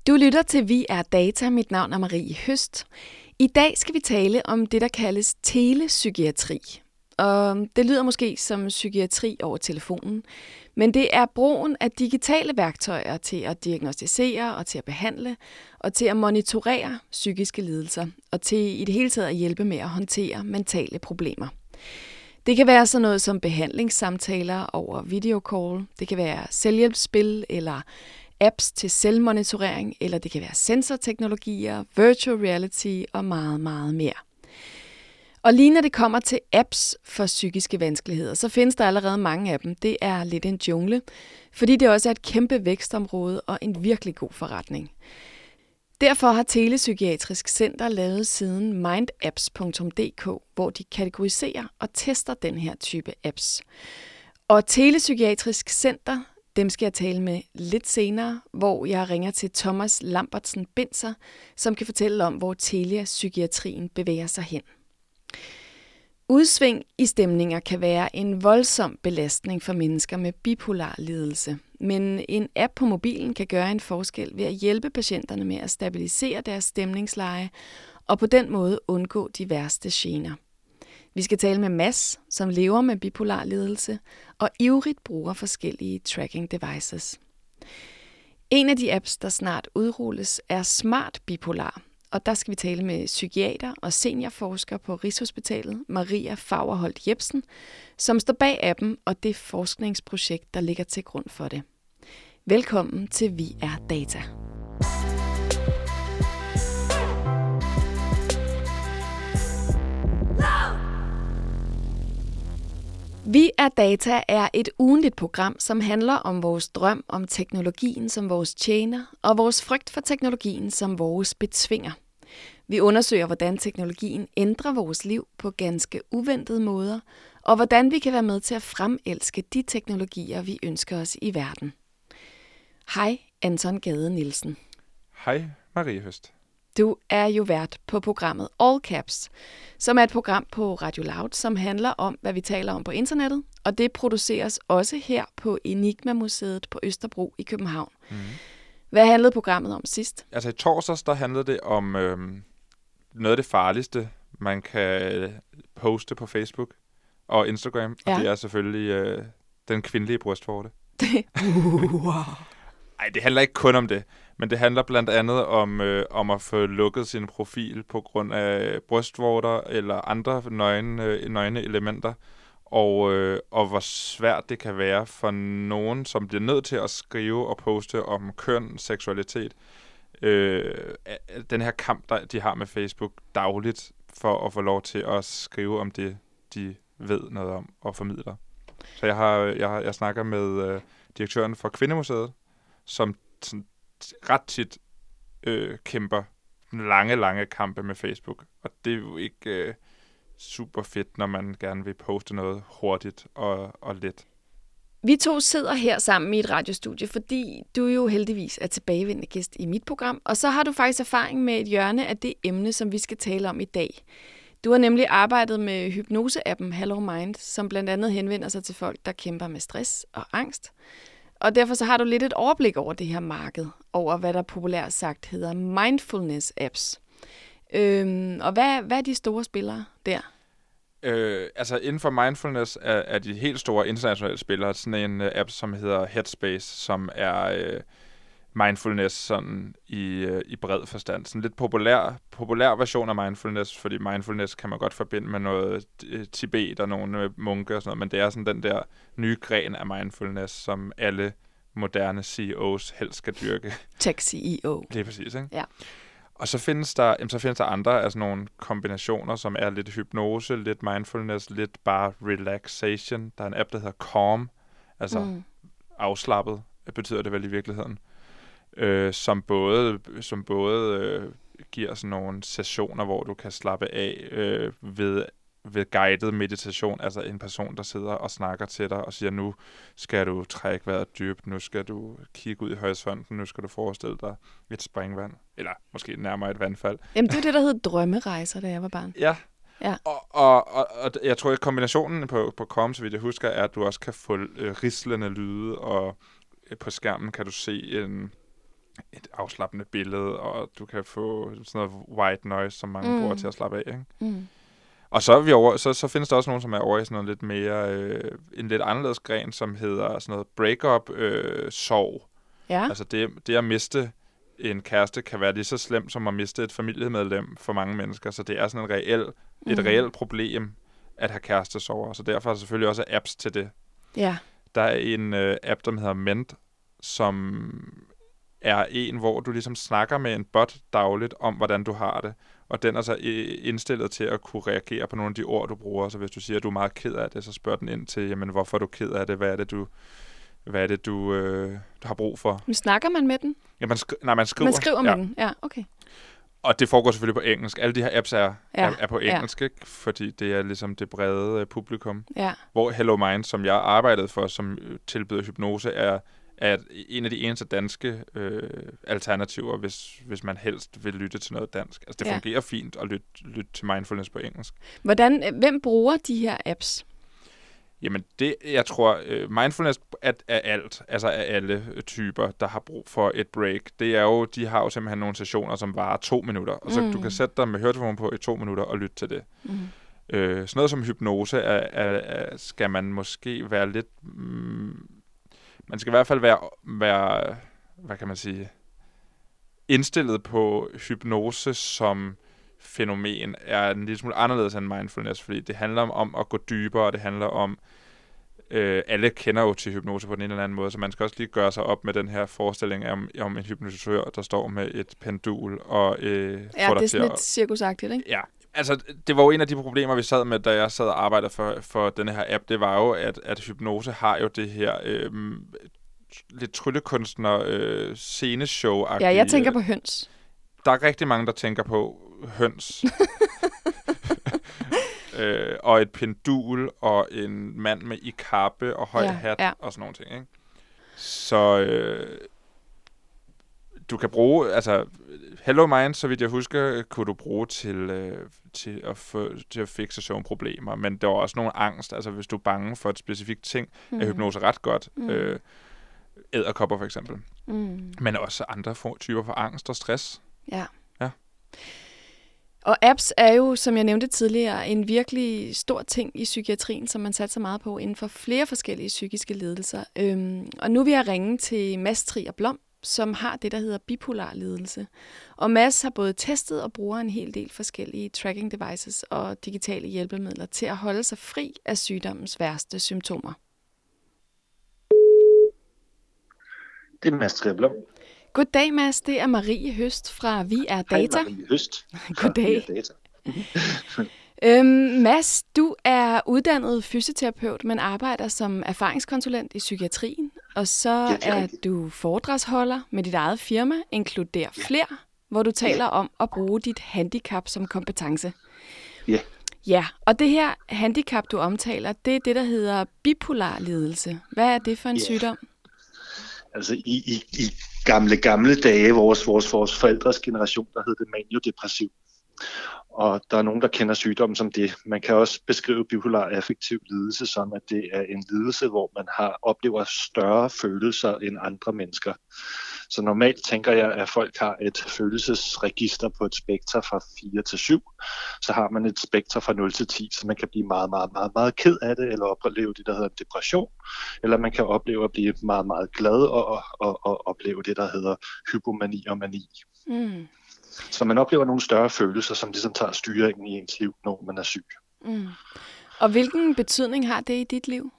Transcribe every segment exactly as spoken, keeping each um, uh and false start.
Du lytter til Vi er Data. Mit navn er Marie Høst. I dag skal vi tale om det, der kaldes telepsykiatri. Og det lyder måske som psykiatri over telefonen, men det er brugen af digitale værktøjer til at diagnostisere og til at behandle og til at monitorere psykiske lidelser og til i det hele taget at hjælpe med at håndtere mentale problemer. Det kan være sådan noget som behandlingssamtaler over videocall, det kan være selvhjælpsspil eller apps til selvmonitorering, eller det kan være sensorteknologier, virtual reality og meget, meget mere. Og lige når det kommer til apps for psykiske vanskeligheder, så findes der allerede mange af dem. Det er lidt en jungle, fordi det også er et kæmpe vækstområde og en virkelig god forretning. Derfor har Telepsykiatrisk Center lavet siden mindapps punktum d k, hvor de kategoriserer og tester den her type apps. Og Telepsykiatrisk Center, dem skal jeg tale med lidt senere, hvor jeg ringer til Thomas Lambertsen Binzer, som kan fortælle om, hvor telepsykiatrien bevæger sig hen. Udsving i stemninger kan være en voldsom belastning for mennesker med bipolar lidelse, men en app på mobilen kan gøre en forskel ved at hjælpe patienterne med at stabilisere deres stemningsleje og på den måde undgå de værste gener. Vi skal tale med Mads, som lever med bipolar lidelse og ivrigt bruger forskellige tracking devices. En af de apps, der snart udrulles, er Smart Bipolar, og der skal vi tale med psykiater og seniorforsker på Rigshospitalet, Maria Fagerholt Jepsen, som står bag appen og det forskningsprojekt, der ligger til grund for det. Velkommen til Vi er Data. Vi er Data er et ugentligt program, som handler om vores drøm om teknologien som vores tjener, og vores frygt for teknologien som vores betvinger. Vi undersøger, hvordan teknologien ændrer vores liv på ganske uventede måder, og hvordan vi kan være med til at fremelske de teknologier, vi ønsker os i verden. Hej, Anton Gade Nielsen. Hej, Marie Høst. Du er jo vært på programmet All Caps, som er et program på Radio Loud, som handler om, hvad vi taler om på internettet, og det produceres også her på Enigma-museet på Østerbro i København. Mm. Hvad handlede programmet om sidst? Altså i torsdags, der handlede det om øhm, noget af det farligste, man kan poste på Facebook og Instagram, og ja. Det er selvfølgelig øh, den kvindelige brystvorte. wow. Ej, det handler ikke kun om det. Men det handler blandt andet om, øh, om at få lukket sin profil på grund af brystvorter eller andre nøgne, øh, nøgne elementer, og, øh, og hvor svært det kan være for nogen, som bliver nødt til at skrive og poste om køn, seksualitet. Øh, den her kamp, der de har med Facebook dagligt, for at få lov til at skrive om det, de ved noget om og formidler. Så jeg har jeg, jeg snakker med øh, direktøren for Kvindemuseet, som sådan, ret tit øh, kæmper lange, lange kampe med Facebook. Og det er jo ikke øh, super fedt, når man gerne vil poste noget hurtigt og, og let. Vi to sidder her sammen i et radiostudie, fordi du jo heldigvis er tilbagevendende gæst i mit program. Og så har du faktisk erfaring med et hjørne af det emne, som vi skal tale om i dag. Du har nemlig arbejdet med hypnose-appen Hello Mind, som blandt andet henvender sig til folk, der kæmper med stress og angst. Og derfor så har du lidt et overblik over det her marked, over hvad der populært sagt hedder mindfulness-apps. Øhm, og hvad, hvad er de store spillere der? Øh, altså inden for mindfulness er, er de helt store internationale spillere sådan en uh, app, som hedder Headspace, som er uh, mindfulness sådan i, uh, i bred forstand. Sådan en lidt populær, populær version af mindfulness, fordi mindfulness kan man godt forbinde med noget uh, Tibet og nogle uh, munke og sådan noget, men det er sådan den der nye gren af mindfulness, som alle moderne C E O's helst skal dyrke. Tech C E O. Det er præcis, ikke? Ja. Og så findes der, jamen, så findes der andre altså nogle kombinationer, som er lidt hypnose, lidt mindfulness, lidt bare relaxation. Der er en app, der hedder Calm, altså mm. afslappet, betyder det vel i virkeligheden, øh, som både, som både øh, giver sådan nogle sessioner, hvor du kan slappe af øh, ved ved guided meditation, altså en person, der sidder og snakker til dig og siger, nu skal du trække vejret dybt, nu skal du kigge ud i horisonten, nu skal du forestille dig et springvand, eller måske nærmere et vandfald. Jamen, det er det, der hed drømmerejser, da jeg var barn. Ja, ja. Og, og, og, og jeg tror, at kombinationen på, på Com, så vidt jeg husker, er, at du også kan få øh, rislende lyde, og øh, på skærmen kan du se en et afslappende billede, og du kan få sådan noget white noise, som mange mm. bruger til at slappe af, ikke? Mm. Og så, er vi over, så, så findes der også nogen, som er over i sådan noget lidt mere, øh, en lidt anderledes gren, som hedder sådan noget break-up øh, sorg. Ja. Altså det, det at miste en kæreste kan være lige så slemt som at miste et familiemedlem for mange mennesker, så det er sådan en reel, et Mm. reelt problem at have kærestesorger, så derfor er der selvfølgelig også apps til det. Ja. Der er en øh, app, der hedder Ment, som er en, hvor du ligesom snakker med en bot dagligt om, hvordan du har det. Og den er så indstillet til at kunne reagere på nogle af de ord, du bruger. Så hvis du siger, at du er meget ked af det, så spørger den ind til, jamen, hvorfor er du ked af det? Hvad er det, du, hvad er det, du, øh, du har brug for? Men snakker man med den? Ja, man, skri- nej, man skriver. Man skriver med ja. den, ja, okay. Og det foregår selvfølgelig på engelsk. Alle de her apps er, ja. er, er på engelsk, ja. ikke? Fordi det er ligesom det brede publikum. Ja. Hvor Hello Mind, som jeg arbejdede for, som tilbyder hypnose, er er en af de eneste danske øh, alternativer, hvis, hvis man helst vil lytte til noget dansk. Altså, det ja. fungerer fint at lytte, lytte til mindfulness på engelsk. Hvordan, hvem bruger de her apps? Jamen, det, jeg tror, uh, mindfulness er, er alt, altså er alle typer, der har brug for et break. Det er jo, de har jo simpelthen nogle sessioner, som varer to minutter, og så mm. du kan sætte dig med høretelefonen på i to minutter og lytte til det. Mm. Uh, sådan noget som hypnose er, er, er, skal man måske være lidt... Mm, man skal i hvert fald være, være, hvad kan man sige, indstillet på hypnose som fænomen er en lille smule anderledes end mindfulness, fordi det handler om, om at gå dybere, og det handler om, øh, alle kender jo til hypnose på den ene eller anden måde, så man skal også lige gøre sig op med den her forestilling om, om en hypnotisør, der står med et pendul og øh, ja, får det er dig sådan til lidt cirkusagtigt, ikke? Ja, altså det var jo en af de problemer, vi sad med, da jeg sad og arbejdede for, for denne her app, det var jo, at, at hypnose har jo det her øh, lidt tryllekunstner øh, sceneshow-agtige. Ja, jeg tænker på høns. Der er rigtig mange, der tænker på høns. øh, og et pendul, og en mand med i kappe og høj ja, hat ja. og sådan nogle ting, ikke? Så øh, du kan bruge, altså Hello Mind, så vidt jeg husker, kunne du bruge til, øh, til, at, få, til at fikse søvnproblemer, men der var også nogle angst, altså hvis du er bange for et specifikt ting, mm. er hypnose ret godt. Mm. Øh, edderkopper for eksempel. Mm. Men også andre for, typer for angst og stress. Ja. ja. Og apps er jo, som jeg nævnte tidligere, en virkelig stor ting i psykiatrien, som man satser meget på inden for flere forskellige psykiske lidelser. Øhm, og nu vil jeg ringe til Mads Trier Blom, som har det, der hedder bipolar lidelse. Og Mads har både testet og bruger en hel del forskellige tracking devices og digitale hjælpemidler til at holde sig fri af sygdommens værste symptomer. Det er Mads Trier Blom. Goddag, Mads. Det er Marie Høst fra Vi er Data. Hej, Marie Høst. Goddag. Vi er Data. øhm, Mads, du er uddannet fysioterapeut, men arbejder som erfaringskonsulent i psykiatrien. Og så ja, er du foredragsholder med dit eget firma, Inkluder ja. Flere, hvor du taler ja. om at bruge dit handicap som kompetence. Ja. Ja, og det her handicap, du omtaler, det er det, der hedder bipolar lidelse. Hvad er det for en ja. sygdom? Altså i, i, i gamle, gamle dage, vores, vores, vores forældres generation, der hed det maniodepressiv. Og der er nogen, der kender sygdommen som det. Man kan også beskrive bipolar affektiv lidelse som, at det er en lidelse, hvor man har oplever større følelser end andre mennesker. Så normalt tænker jeg, at folk har et følelsesregister på et spekter fra fire til syv. Så har man et spekter fra nul til ti, så man kan blive meget, meget, meget, meget ked af det, eller opleve det, der hedder depression. Eller man kan opleve at blive meget, meget glad og, og, og, og opleve det, der hedder hypomani og mani. Mm. Så man oplever nogle større følelser, som ligesom tager styringen i ens liv, når man er syg. Mm. Og hvilken betydning har det i dit liv?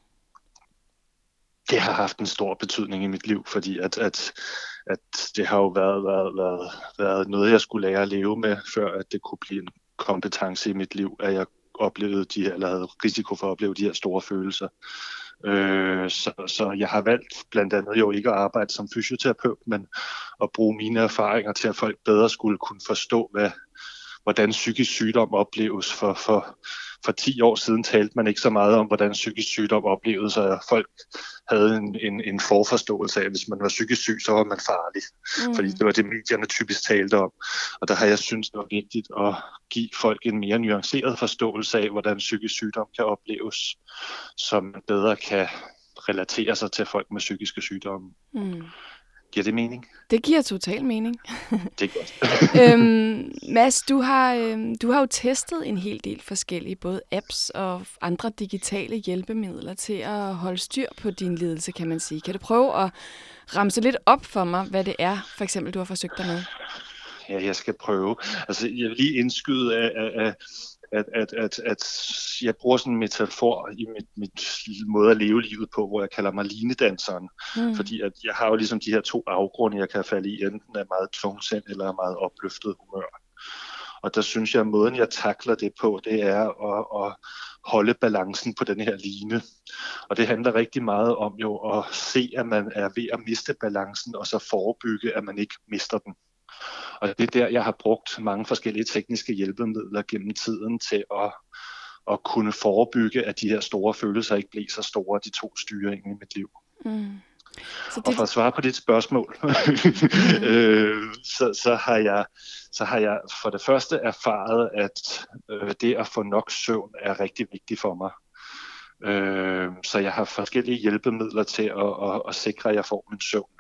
Det har haft en stor betydning i mit liv, fordi at, at, at det har jo været, været, været, været noget, jeg skulle lære at leve med, før at det kunne blive en kompetence i mit liv, at jeg oplevede de her, eller havde risiko for at opleve de her store følelser. Øh, så, så jeg har valgt blandt andet jo ikke at arbejde som fysioterapeut, men at bruge mine erfaringer til, at folk bedre skulle kunne forstå, hvad, hvordan psykisk sygdom opleves. For, for, for ti år siden talte man ikke så meget om, hvordan psykisk sygdom opleves, og folk havde en, en, en forforståelse af, at hvis man var psykisk syg, så var man farlig. Mm. Fordi det var det, medierne typisk talte om. Og der har jeg syntes, det var vigtigt at give folk en mere nuanceret forståelse af, hvordan psykisk sygdom kan opleves, så man bedre kan relatere sig til folk med psykiske sygdomme. Mm. Giver det mening? Det giver total mening. Det er godt. øhm, Mads, du har, øhm, du har jo testet en hel del forskellige, både apps og andre digitale hjælpemidler til at holde styr på din lidelse, kan man sige. Kan du prøve at ramse lidt op for mig, hvad det er, for eksempel, du har forsøgt dig med? Ja, jeg skal prøve. Altså, jeg vil lige indskyde, at, at, at, at, at, at jeg bruger sådan en metafor i mit, mit måde at leve livet på, hvor jeg kalder mig linedanseren. Mm. Fordi at jeg har jo ligesom de her to afgrunde, jeg kan falde i, enten er meget tungsind eller er meget opløftet humør. Og der synes jeg, at måden jeg takler det på, det er at, at holde balancen på den her line. Og det handler rigtig meget om jo at se, at man er ved at miste balancen, og så forebygge, at man ikke mister den. Og det er der, jeg har brugt mange forskellige tekniske hjælpemidler gennem tiden til at, at kunne forebygge, at de her store følelser ikke bliver så store, de to styrer ind i mit liv. Mm. Så det... Og for at svare på dit spørgsmål, mm. øh, så, så, har jeg, så har jeg for det første erfaret, at øh, det at få nok søvn er rigtig vigtigt for mig. Øh, så jeg har forskellige hjælpemidler til at, at, at sikre, at jeg får min søvn.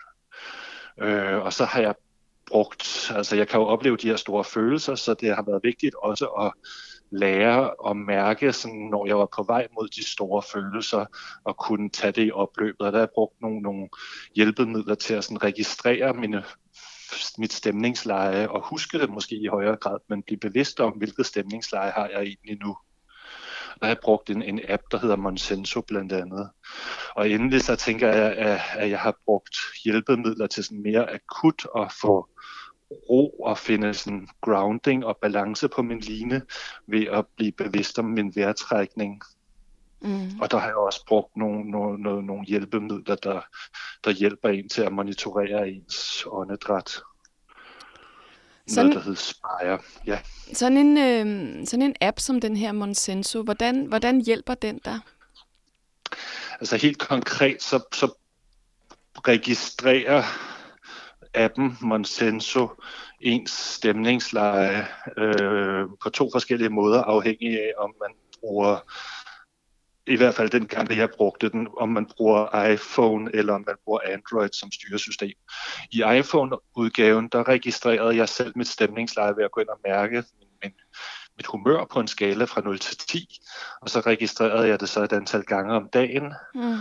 Øh, og så har jeg brugt, altså jeg kan jo opleve de her store følelser, så det har været vigtigt også at lære at mærke, sådan, når jeg var på vej mod de store følelser, og kunne tage det i opløbet. Og der har jeg brugt nogle, nogle hjælpemidler til at sådan, registrere mine, mit stemningsleje, og huske det måske i højere grad, men blive bevidst om, hvilket stemningsleje har jeg egentlig nu. Der har jeg brugt en, en app, der hedder Monsenso blandt andet. Og endelig så tænker jeg, at, at jeg har brugt hjælpemidler til sådan mere akut at få ro og finde sådan grounding og balance på min line ved at blive bevidst om min vejrtrækning. Mm. Og der har jeg også brugt nogle, nogle, nogle hjælpemidler, der, der hjælper en til at monitorere ens åndedræt. Sådan, noget, der hedder Spire. Ja. Sådan en, øh, sådan en app som den her Monsenso, hvordan, hvordan hjælper den dig? Altså helt konkret, så, så registrerer appen Monsenso ens stemningsleje øh, på to forskellige måder, afhængig af, om man bruger, i hvert fald den gang, jeg brugte den, om man bruger iPhone eller om man bruger Android som styresystem. I iPhone-udgaven, der registrerede jeg selv mit stemningsleje ved at gå ind og mærke min, min, mit humør på en skala fra nul til ti, og så registrerede jeg det så et antal gange om dagen. Mm.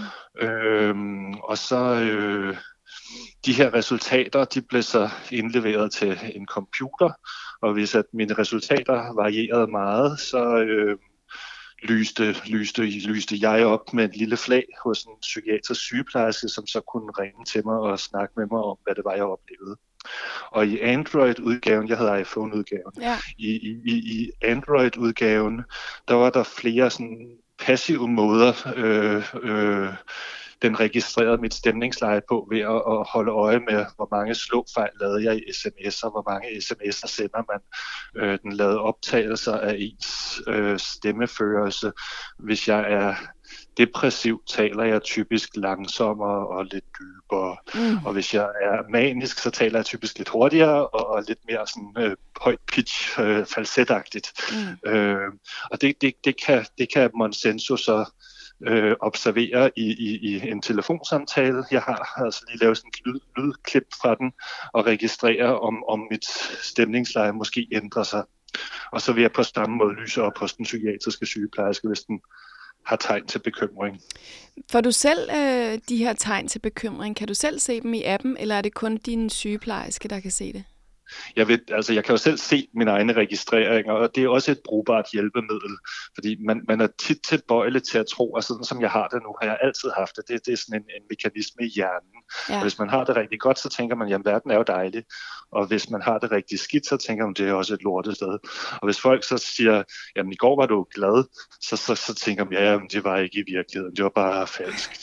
Øhm, og så... Øh, De her resultater, de blev så indleveret til en computer, og hvis at mine resultater varierede meget, så øh, lyste, lyste, lyste jeg op med et lille flag hos en psykiatrisk sygeplejerske, som så kunne ringe til mig og snakke med mig om, hvad det var, jeg oplevede. Og i Android-udgaven, jeg havde iPhone-udgaven, ja. i, i, i Android-udgaven, der var der flere sådan passive måder, øh, øh, den registrerede mit stemningsleje på ved at, at holde øje med, hvor mange slåfejl lavede jeg i sms'er, hvor mange sms'er sender man. Øh, den lavede optagelser af ens øh, stemmeførelse. Hvis jeg er depressiv, taler jeg typisk langsommere og lidt dybere. Mm. Og hvis jeg er manisk, så taler jeg typisk lidt hurtigere og, og lidt mere sådan øh, højt pitch, øh, falsetagtigt. Mm. Øh, og det, det, det, kan, det kan Monsenso så Øh, observere i, i, i en telefonsamtale. Jeg har altså lige lavet sådan en lyd, lydklip fra den og registrere, om, om mit stemningsleje måske ændrer sig. Og så vil jeg på samme måde lyse op hos den psykiatriske sygeplejerske, hvis den har tegn til bekymring. Får du selv øh, de her tegn til bekymring? Kan du selv se dem i appen, eller er det kun din sygeplejerske, der kan se det? Jeg, ved, altså jeg kan jo selv se mine egne registreringer, og det er også et brugbart hjælpemiddel, fordi man, man er tit tilbøjelig til at tro, at sådan som jeg har det nu, har jeg altid haft det. Det, det er sådan en, en mekanisme i hjernen. Ja. Og hvis man har det rigtig godt, så tænker man, jamen verden er jo dejlig. Og hvis man har det rigtig skidt, så tænker man, det er også et lortet sted. Og hvis folk så siger, jamen i går var du glad, så, så, så tænker man, ja, jamen, det var ikke i virkeligheden, det var bare falskt.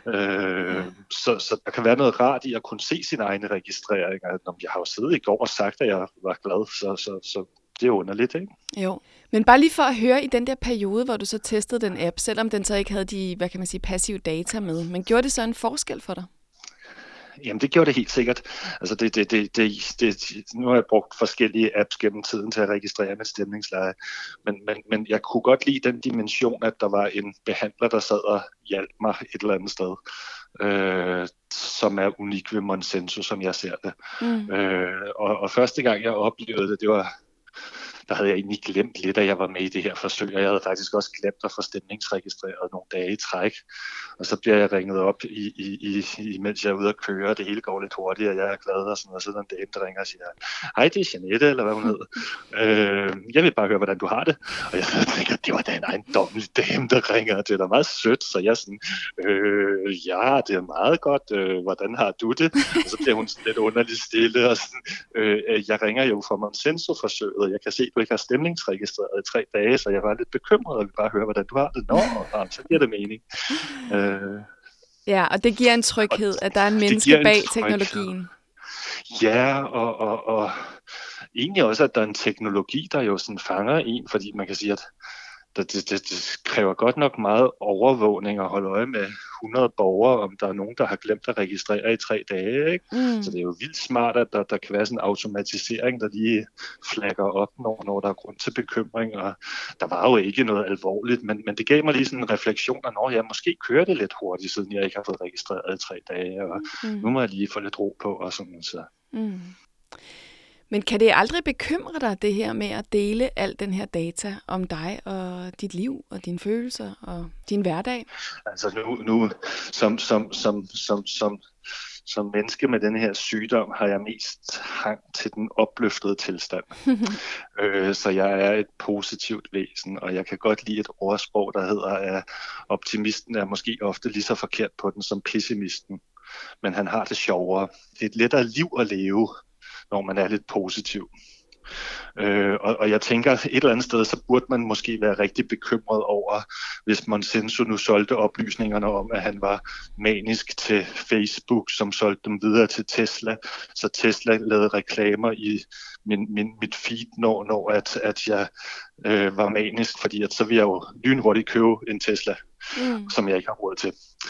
Øh, så, så der kan være noget rart i at kunne se sine egne registreringer. Jeg har jo siddet i går og sagt, at jeg var glad, så, så, så det er underligt, ikke? Jo, men bare lige for at høre i den der periode, hvor du så testede den app, selvom den så ikke havde de, hvad kan man sige, passive data med, men gjorde det så en forskel for dig? Jamen det gjorde det helt sikkert. Altså det, det, det, det, det, nu har jeg brugt forskellige apps gennem tiden til at registrere mit stemningsleje, men, men, men jeg kunne godt lide den dimension, at der var en behandler, der sad og hjalp mig et eller andet sted. øh, som er unik ved Monsenso, som jeg ser det. Mm. Øh, og, og første gang jeg oplevede det, det var, der havde jeg egentlig glemt lidt, at jeg var med i det her forsøg, og jeg havde faktisk også glemt at få stemningsregistreret nogle dage i træk. Og så bliver jeg ringet op, i, i, i, mens jeg er ude at køre, og det hele går lidt hurtigt, og jeg er glad, og sådan noget. Så er der en dame, der ringer og siger, hej, det er Jeanette, eller hvad hun hedder. øh, jeg vil bare høre, hvordan du har det. Og jeg tænker, det var da en ejendommelig dame, der ringer, det er da meget sødt. Så jeg er sådan, øh, ja, det er meget godt, øh, hvordan har du det? Og så bliver hun sådan lidt underligt stille, og sådan, øh, jeg ringer jo for Monsenso-forsøget, og jeg kan se, du ikke har stemningsregistreret i tre dage, så jeg var lidt bekymret, og vil bare høre, hvordan du har det. Nå, og så giver det mening. Øh, Ja, og det giver en tryghed, at der er en menneske bag teknologien. Ja, og, og, og egentlig også, at der er en teknologi, der jo sådan fanger en, fordi man kan sige, at det, det, det kræver godt nok meget overvågning at holde øje med hundrede borgere, om der er nogen, der har glemt at registrere i tre dage. Ikke? Mm. Så det er jo vildt smart, at der, der kan være sådan en automatisering, der lige flagger op, når, når der er grund til bekymring. Og der var jo ikke noget alvorligt, men, men det gav mig lige sådan en refleksion, at når jeg måske kører det lidt hurtigt, siden jeg ikke har fået registreret i tre dage, og mm. nu må jeg lige få lidt ro på. Og sådan, så. Mm. Men kan det aldrig bekymre dig, det her med at dele al den her data om dig og dit liv og dine følelser og din hverdag? Altså nu, nu som, som, som, som, som, som menneske med den her sygdom, har jeg mest hang til den opløftede tilstand. øh, så jeg er et positivt væsen, og jeg kan godt lide et ordsprog, der hedder, at optimisten er måske ofte lige så forkert på den som pessimisten. Men han har det sjovere. Det er et lettere liv at leve, når man er lidt positiv. Øh, og, og jeg tænker, et eller andet sted, så burde man måske være rigtig bekymret over, hvis Monsenso nu solgte oplysningerne om, at han var manisk til Facebook, som solgte dem videre til Tesla. Så Tesla lavede reklamer i min, min, mit feed, når, når at, at jeg øh, var manisk, fordi at så ville jeg jo lynhurtigt købe en Tesla, mm. som jeg ikke har råd til.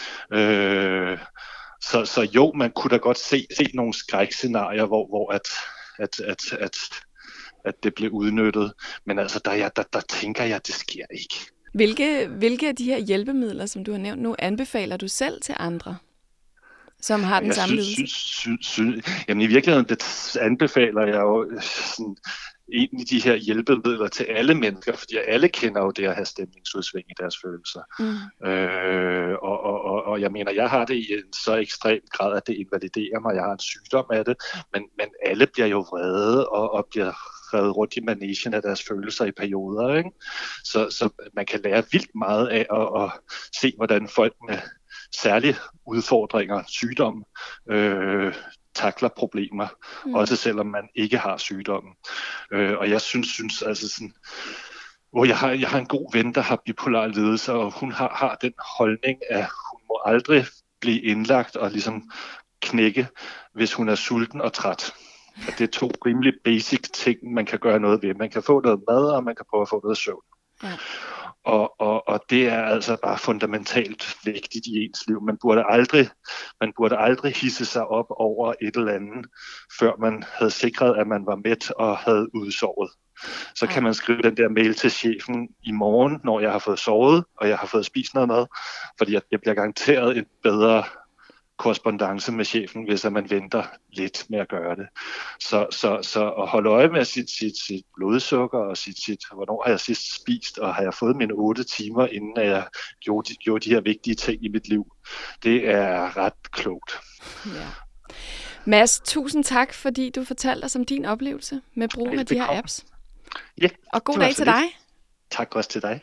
Øh, Så, så jo, man kunne da godt se, se nogle skrækscenarier, hvor, hvor at, at, at, at, at det blev udnyttet. Men altså, der, der, der tænker jeg, at det sker ikke. Hvilke, hvilke af de her hjælpemidler, som du har nævnt nu, anbefaler du selv til andre, som har den jeg samme synes, lidelse? Synes, synes, jamen i virkeligheden, det anbefaler jeg jo sådan, egentlig de her hjælpemidler til alle mennesker, fordi alle kender jo det at have stemningsudsving i deres følelser. Mm. Øh, og, og, og, og jeg mener, jeg har det i en så ekstrem grad, at det invaliderer mig. Jeg har en sygdom af det, men, men alle bliver jo vrede og, og bliver revet rundt i managen af deres følelser i perioder. Ikke? Så, så man kan lære vildt meget af at, at se, hvordan folk med særlige udfordringer, sygdom, øh, takler problemer, mm. også selvom man ikke har sygdommen. Øh, og jeg synes, synes altså sådan, oh, jeg, har, jeg har en god ven, der har bipolar lidelse, og hun har, har den holdning, at hun må aldrig blive indlagt og ligesom knække, hvis hun er sulten og træt. At det er to rimelig basic ting, man kan gøre noget ved. Man kan få noget mad, og man kan prøve at få noget søvn. Ja. Og, og, og det er altså bare fundamentalt vigtigt i ens liv. Man burde aldrig, man burde aldrig hisse sig op over et eller andet, før man havde sikret, at man var mæt og havde udsovet. Så kan man skrive den der mail til chefen i morgen, når jeg har fået sovet, og jeg har fået spist noget mad, fordi jeg bliver garanteret et bedre korrespondance med chefen, hvis man venter lidt med at gøre det. Så, så, så at holde øje med sit, sit, sit blodsukker og sit, sit, hvornår har jeg sidst spist, og har jeg fået mine otte timer, inden jeg gjorde de, gjorde de her vigtige ting i mit liv, det er ret klogt. Ja. Mads, tusind tak, fordi du fortalte os om din oplevelse med brugen af de her apps. Ja, og god dag til dig. Tak også til dig.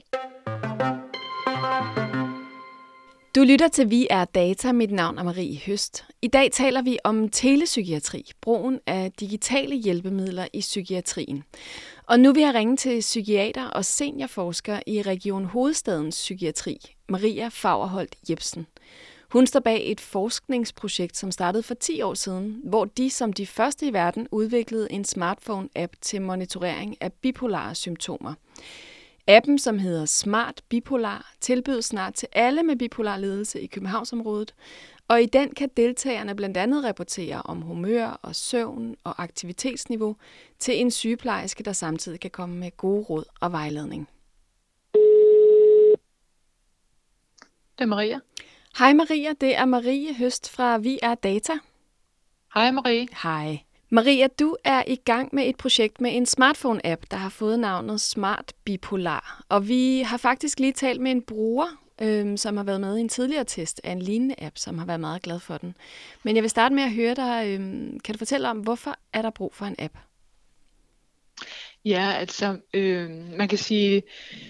Du lytter til Vi er Data. Mit navn er Marie Høst. I dag taler vi om telepsykiatri, brugen af digitale hjælpemidler i psykiatrien. Og nu vil jeg ringe til psykiater og seniorforsker i Region Hovedstadens Psykiatri, Maria Fagerholt Jepsen. Hun står bag et forskningsprojekt, som startede for ti år siden, hvor de som de første i verden udviklede en smartphone-app til monitorering af bipolare symptomer. Appen, som hedder Smart Bipolar, tilbydes snart til alle med bipolar lidelse i Københavnsområdet, og i den kan deltagerne blandt andet rapportere om humør og søvn og aktivitetsniveau til en sygeplejerske, der samtidig kan komme med gode råd og vejledning. Det er Maria. Hej Maria, det er Marie Høst fra Vi er Data. Hej Marie. Hej. Maria, du er i gang med et projekt med en smartphone-app, der har fået navnet Smart Bipolar. Og vi har faktisk lige talt med en bruger, øhm, som har været med i en tidligere test af en lignende app, som har været meget glad for den. Men jeg vil starte med at høre dig. Øhm, kan du fortælle om, hvorfor er der brug for en app? Ja, altså øh, man kan sige,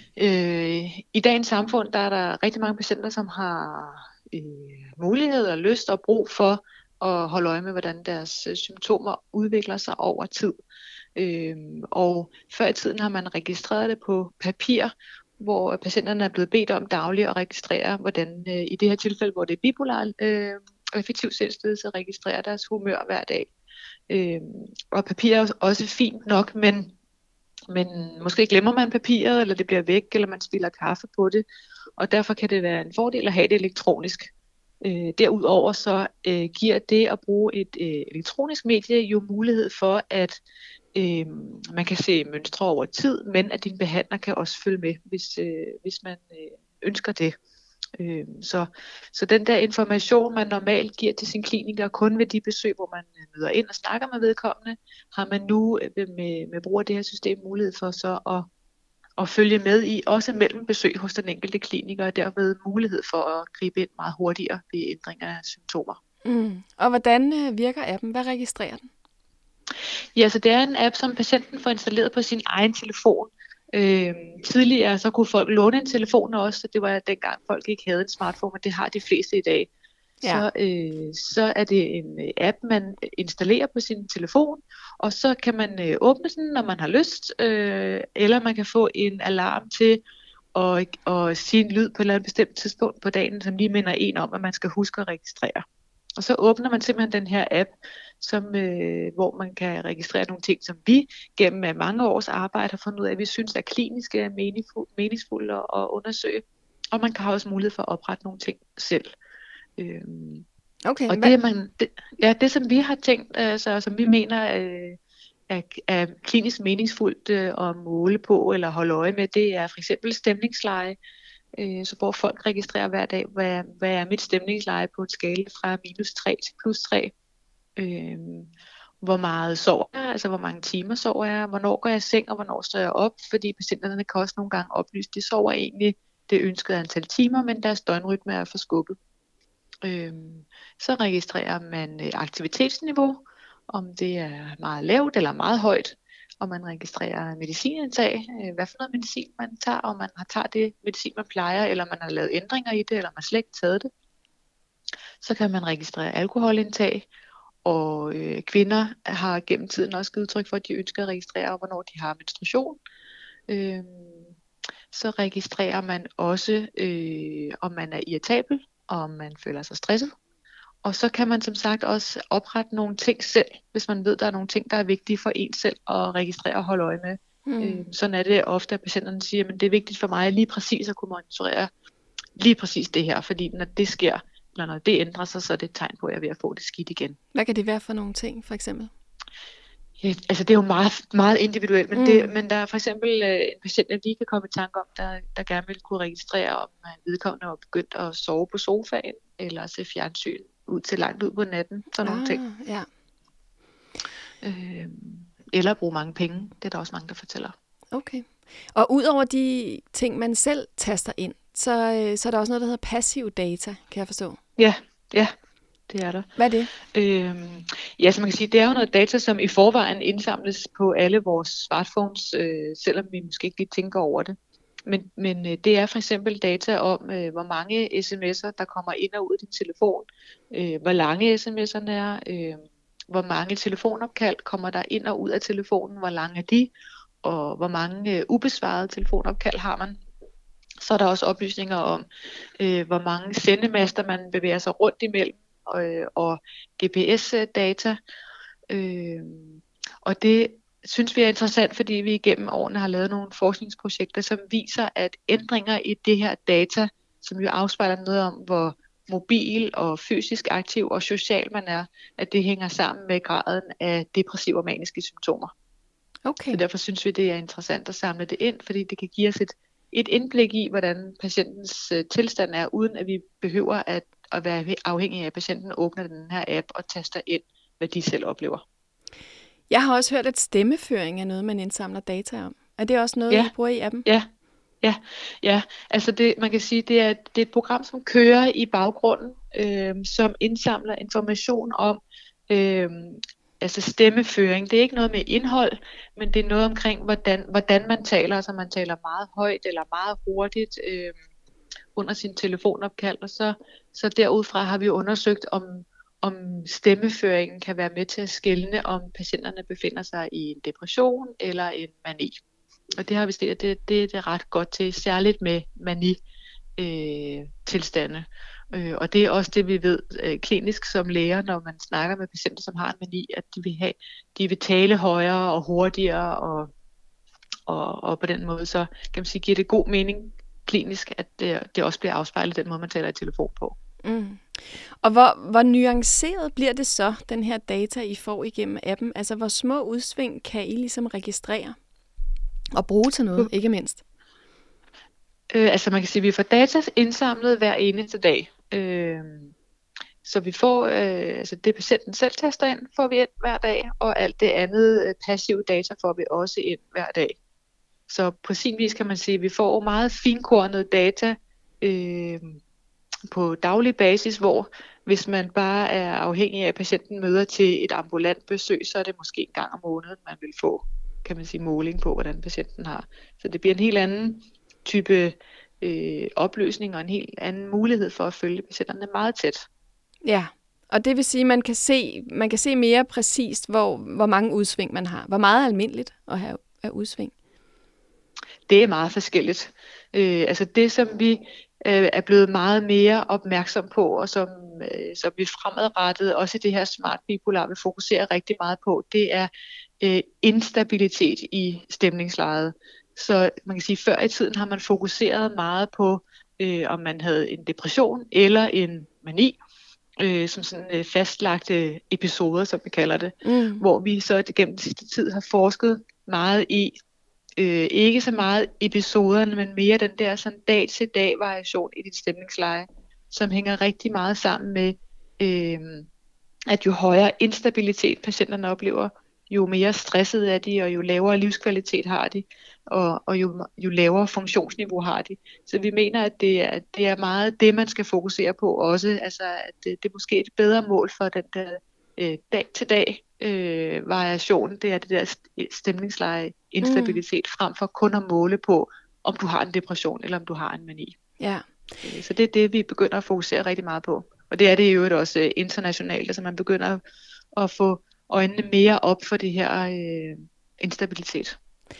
øh, i dagens samfund, der er der rigtig mange patienter, som har øh, mulighed og lyst og brug for at holde øje med, hvordan deres øh, symptomer udvikler sig over tid. Øh, og før i tiden har man registreret det på papir, hvor patienterne er blevet bedt om dagligt at registrere, hvordan øh, i det her tilfælde, hvor det er bipolar øh, affektiv sindslidelse, registrerer deres humør hver dag. Øh, og papir er også fint nok, men Men måske glemmer man papiret, eller det bliver væk, eller man spilder kaffe på det. Og derfor kan det være en fordel at have det elektronisk. Øh, derudover så øh, giver det at bruge et øh, elektronisk medie jo mulighed for, at øh, man kan se mønstre over tid, men at din behandler kan også følge med, hvis, øh, hvis man øh, ønsker det. Øh, så, så den der information, man normalt giver til sin kliniker, kun ved de besøg, hvor man møder ind og snakker med vedkommende, har man nu med, med brug af det her system mulighed for så at, at følge med i, også mellem besøg hos den enkelte kliniker, og derved mulighed for at gribe ind meget hurtigere ved ændring af symptomer. Mm. Og hvordan virker appen? Hvad registrerer den? Ja, så det er en app, som patienten får installeret på sin egen telefon. Øh, tidligere så kunne folk låne en telefon også, det var dengang folk ikke havde en smartphone, men det har de fleste i dag. Ja. Så, øh, så er det en app, man installerer på sin telefon, og så kan man øh, åbne den, når man har lyst, øh, eller man kan få en alarm til at, at sige en lyd på et eller andet bestemt tidspunkt på dagen, som lige minder en om, at man skal huske at registrere. Og så åbner man simpelthen den her app, som, øh, hvor man kan registrere nogle ting, som vi gennem mange års arbejde har fundet ud af, at vi synes er klinisk meningsfulde at undersøge. Og man kan også mulighed for at oprette nogle ting selv. Øhm, okay, og det, man, det, ja, det, som vi har tænkt, altså, som vi mener øh, er, er klinisk meningsfuldt øh, at måle på eller holde øje med, det er for eksempel stemningsleje. Øh, så hvor folk registrerer hver dag, hvad, hvad er mit stemningsleje på et skala fra minus tre til plus tre. Øh, hvor meget sover jeg, altså hvor mange timer sover jeg, hvornår går jeg i seng, og hvornår står jeg op, fordi patienterne kan også nogle gange oplyse, de sover egentlig det ønskede antal timer, men deres døgnrytme er forskubbet. Øh, så registrerer man aktivitetsniveau, om det er meget lavt eller meget højt, og man registrerer medicinindtag, hvad for noget medicin man tager, om man har taget det medicin, man plejer, eller man har lavet ændringer i det, eller man slet ikke taget det. Så kan man registrere alkoholindtag, og øh, kvinder har gennem tiden også givet udtryk for, at de ønsker at registrere, hvornår de har menstruation. Øh, så registrerer man også, øh, om man er irritabel, og om man føler sig stresset. Og så kan man som sagt også oprette nogle ting selv, hvis man ved, der er nogle ting, der er vigtige for en selv at registrere og holde øje med. Mm. Øh, sådan er det ofte, at patienterne siger, at det er vigtigt for mig lige præcis at kunne monitorere lige præcis det her, fordi når det sker, eller når det ændrer sig, så er det et tegn på, at jeg er ved at få det skidt igen. Hvad kan det være for nogle ting, for eksempel? Ja, altså det er jo meget, meget individuelt, men, mm. det, men der er for eksempel øh, en patient, der lige kan komme i tanke om, der, der gerne vil kunne registrere, om man vedkommende er begyndt at sove på sofaen, eller se fjernsyn ud til langt ud på natten, sådan nogle ah, ting. Ja. Øh, eller bruge mange penge, det er der også mange, der fortæller. Okay. Og ud over de ting, man selv taster ind, så, så er der også noget, der hedder passiv data, kan jeg forstå. Ja, ja, det er der. Hvad er det? Øhm, ja, så man kan sige, det er jo noget data, som i forvejen indsamles på alle vores smartphones, øh, selvom vi måske ikke lige tænker over det. Men, men øh, det er for eksempel data om, øh, hvor mange sms'er, der kommer ind og ud af din telefon, øh, hvor lange sms'erne er, øh, hvor mange telefonopkald kommer der ind og ud af telefonen, hvor lange er de, og hvor mange øh, ubesvarede telefonopkald har man. Så er der også oplysninger om, øh, hvor mange sendemaster man bevæger sig rundt imellem, øh, og G P S-data. Øh, og det synes vi er interessant, fordi vi igennem årene har lavet nogle forskningsprojekter, som viser, at ændringer i det her data, som jo afspejler noget om, hvor mobil og fysisk aktiv og social man er, at det hænger sammen med graden af depressive og maniske symptomer. Okay. Så derfor synes vi, det er interessant at samle det ind, fordi det kan give os et et indblik i, hvordan patientens øh, tilstand er, uden at vi behøver at, at være afhængige af, at patienten åbner den her app og taster ind, hvad de selv oplever. Jeg har også hørt, at stemmeføring er noget, man indsamler data om. Er det også noget, Ja. I bruger i appen? Ja, ja, ja. Altså det, man kan sige, det er, det er et program, som kører i baggrunden, øh, som indsamler information om øh, altså stemmeføring. Det er ikke noget med indhold, men det er noget omkring, hvordan, hvordan man taler. Altså man taler meget højt eller meget hurtigt øh, under sin telefonopkald. Og så, så derudfra har vi undersøgt, om, om stemmeføringen kan være med til at skelne, om patienterne befinder sig i en depression eller en mani. Og det har vi set, at det, det er det ret godt til, særligt med mani-tilstande. Øh, øh, og det er også det, vi ved øh, klinisk som læger, når man snakker med patienter, som har en mani, at de vil, have, de vil tale højere og hurtigere, og, og, og på den måde så kan man sige, giver det god mening klinisk, at det, det også bliver afspejlet den måde, man taler i telefon på. Mm. Og hvor, hvor nuanceret bliver det så, den her data, I får igennem appen? Altså, hvor små udsving kan I ligesom registrere og bruge til noget, ikke mindst? Øh, altså man kan sige, at vi får data indsamlet hver eneste dag. Øh, så vi får, øh, altså det patienten selv taster ind, får vi ind hver dag, og alt det andet øh, passive data får vi også ind hver dag. Så på sin vis kan man sige, at vi får meget finkornet data øh, på daglig basis, hvor hvis man bare er afhængig af, at patienten møder til et ambulant besøg, så er det måske en gang om måneden, man vil få, kan man sige, måling på, hvordan patienten har. Så det bliver en helt anden type øh, opløsning og en helt anden mulighed for at følge patienterne meget tæt. Ja, og det vil sige, at man kan se, man kan se mere præcist, hvor, hvor mange udsving man har. Hvor meget er almindeligt at have af udsving? Det er meget forskelligt. Øh, altså det, som vi øh, er blevet meget mere opmærksom på, og som, øh, som vi fremadrettet, også i det her smart bipolar, vil fokusere rigtig meget på, det er øh, instabilitet i stemningslejet. Så man kan sige, at før i tiden har man fokuseret meget på, øh, om man havde en depression eller en mani, øh, som sådan øh, fastlagte episoder, som vi kalder det, mm. hvor vi så gennem den sidste tid har forsket meget i, øh, ikke så meget episoderne, men mere den der sådan dag-til-dag variation i dit stemningsleje, som hænger rigtig meget sammen med, øh, at jo højere instabilitet patienterne oplever, jo mere stresset er de, og jo lavere livskvalitet har de, og, og jo, jo lavere funktionsniveau har de. Så vi mener, at det er, det er meget det, man skal fokusere på også, altså at det, det er måske et bedre mål for den der øh, dag-til-dag øh, variation, det er det der stemningsleje, instabilitet, mm. frem for kun at måle på, om du har en depression, eller om du har en mani. Ja. Så det er det, vi begynder at fokusere rigtig meget på. Og det er det jo også internationalt, altså man begynder at få øjnene mere op for det her øh, instabilitet.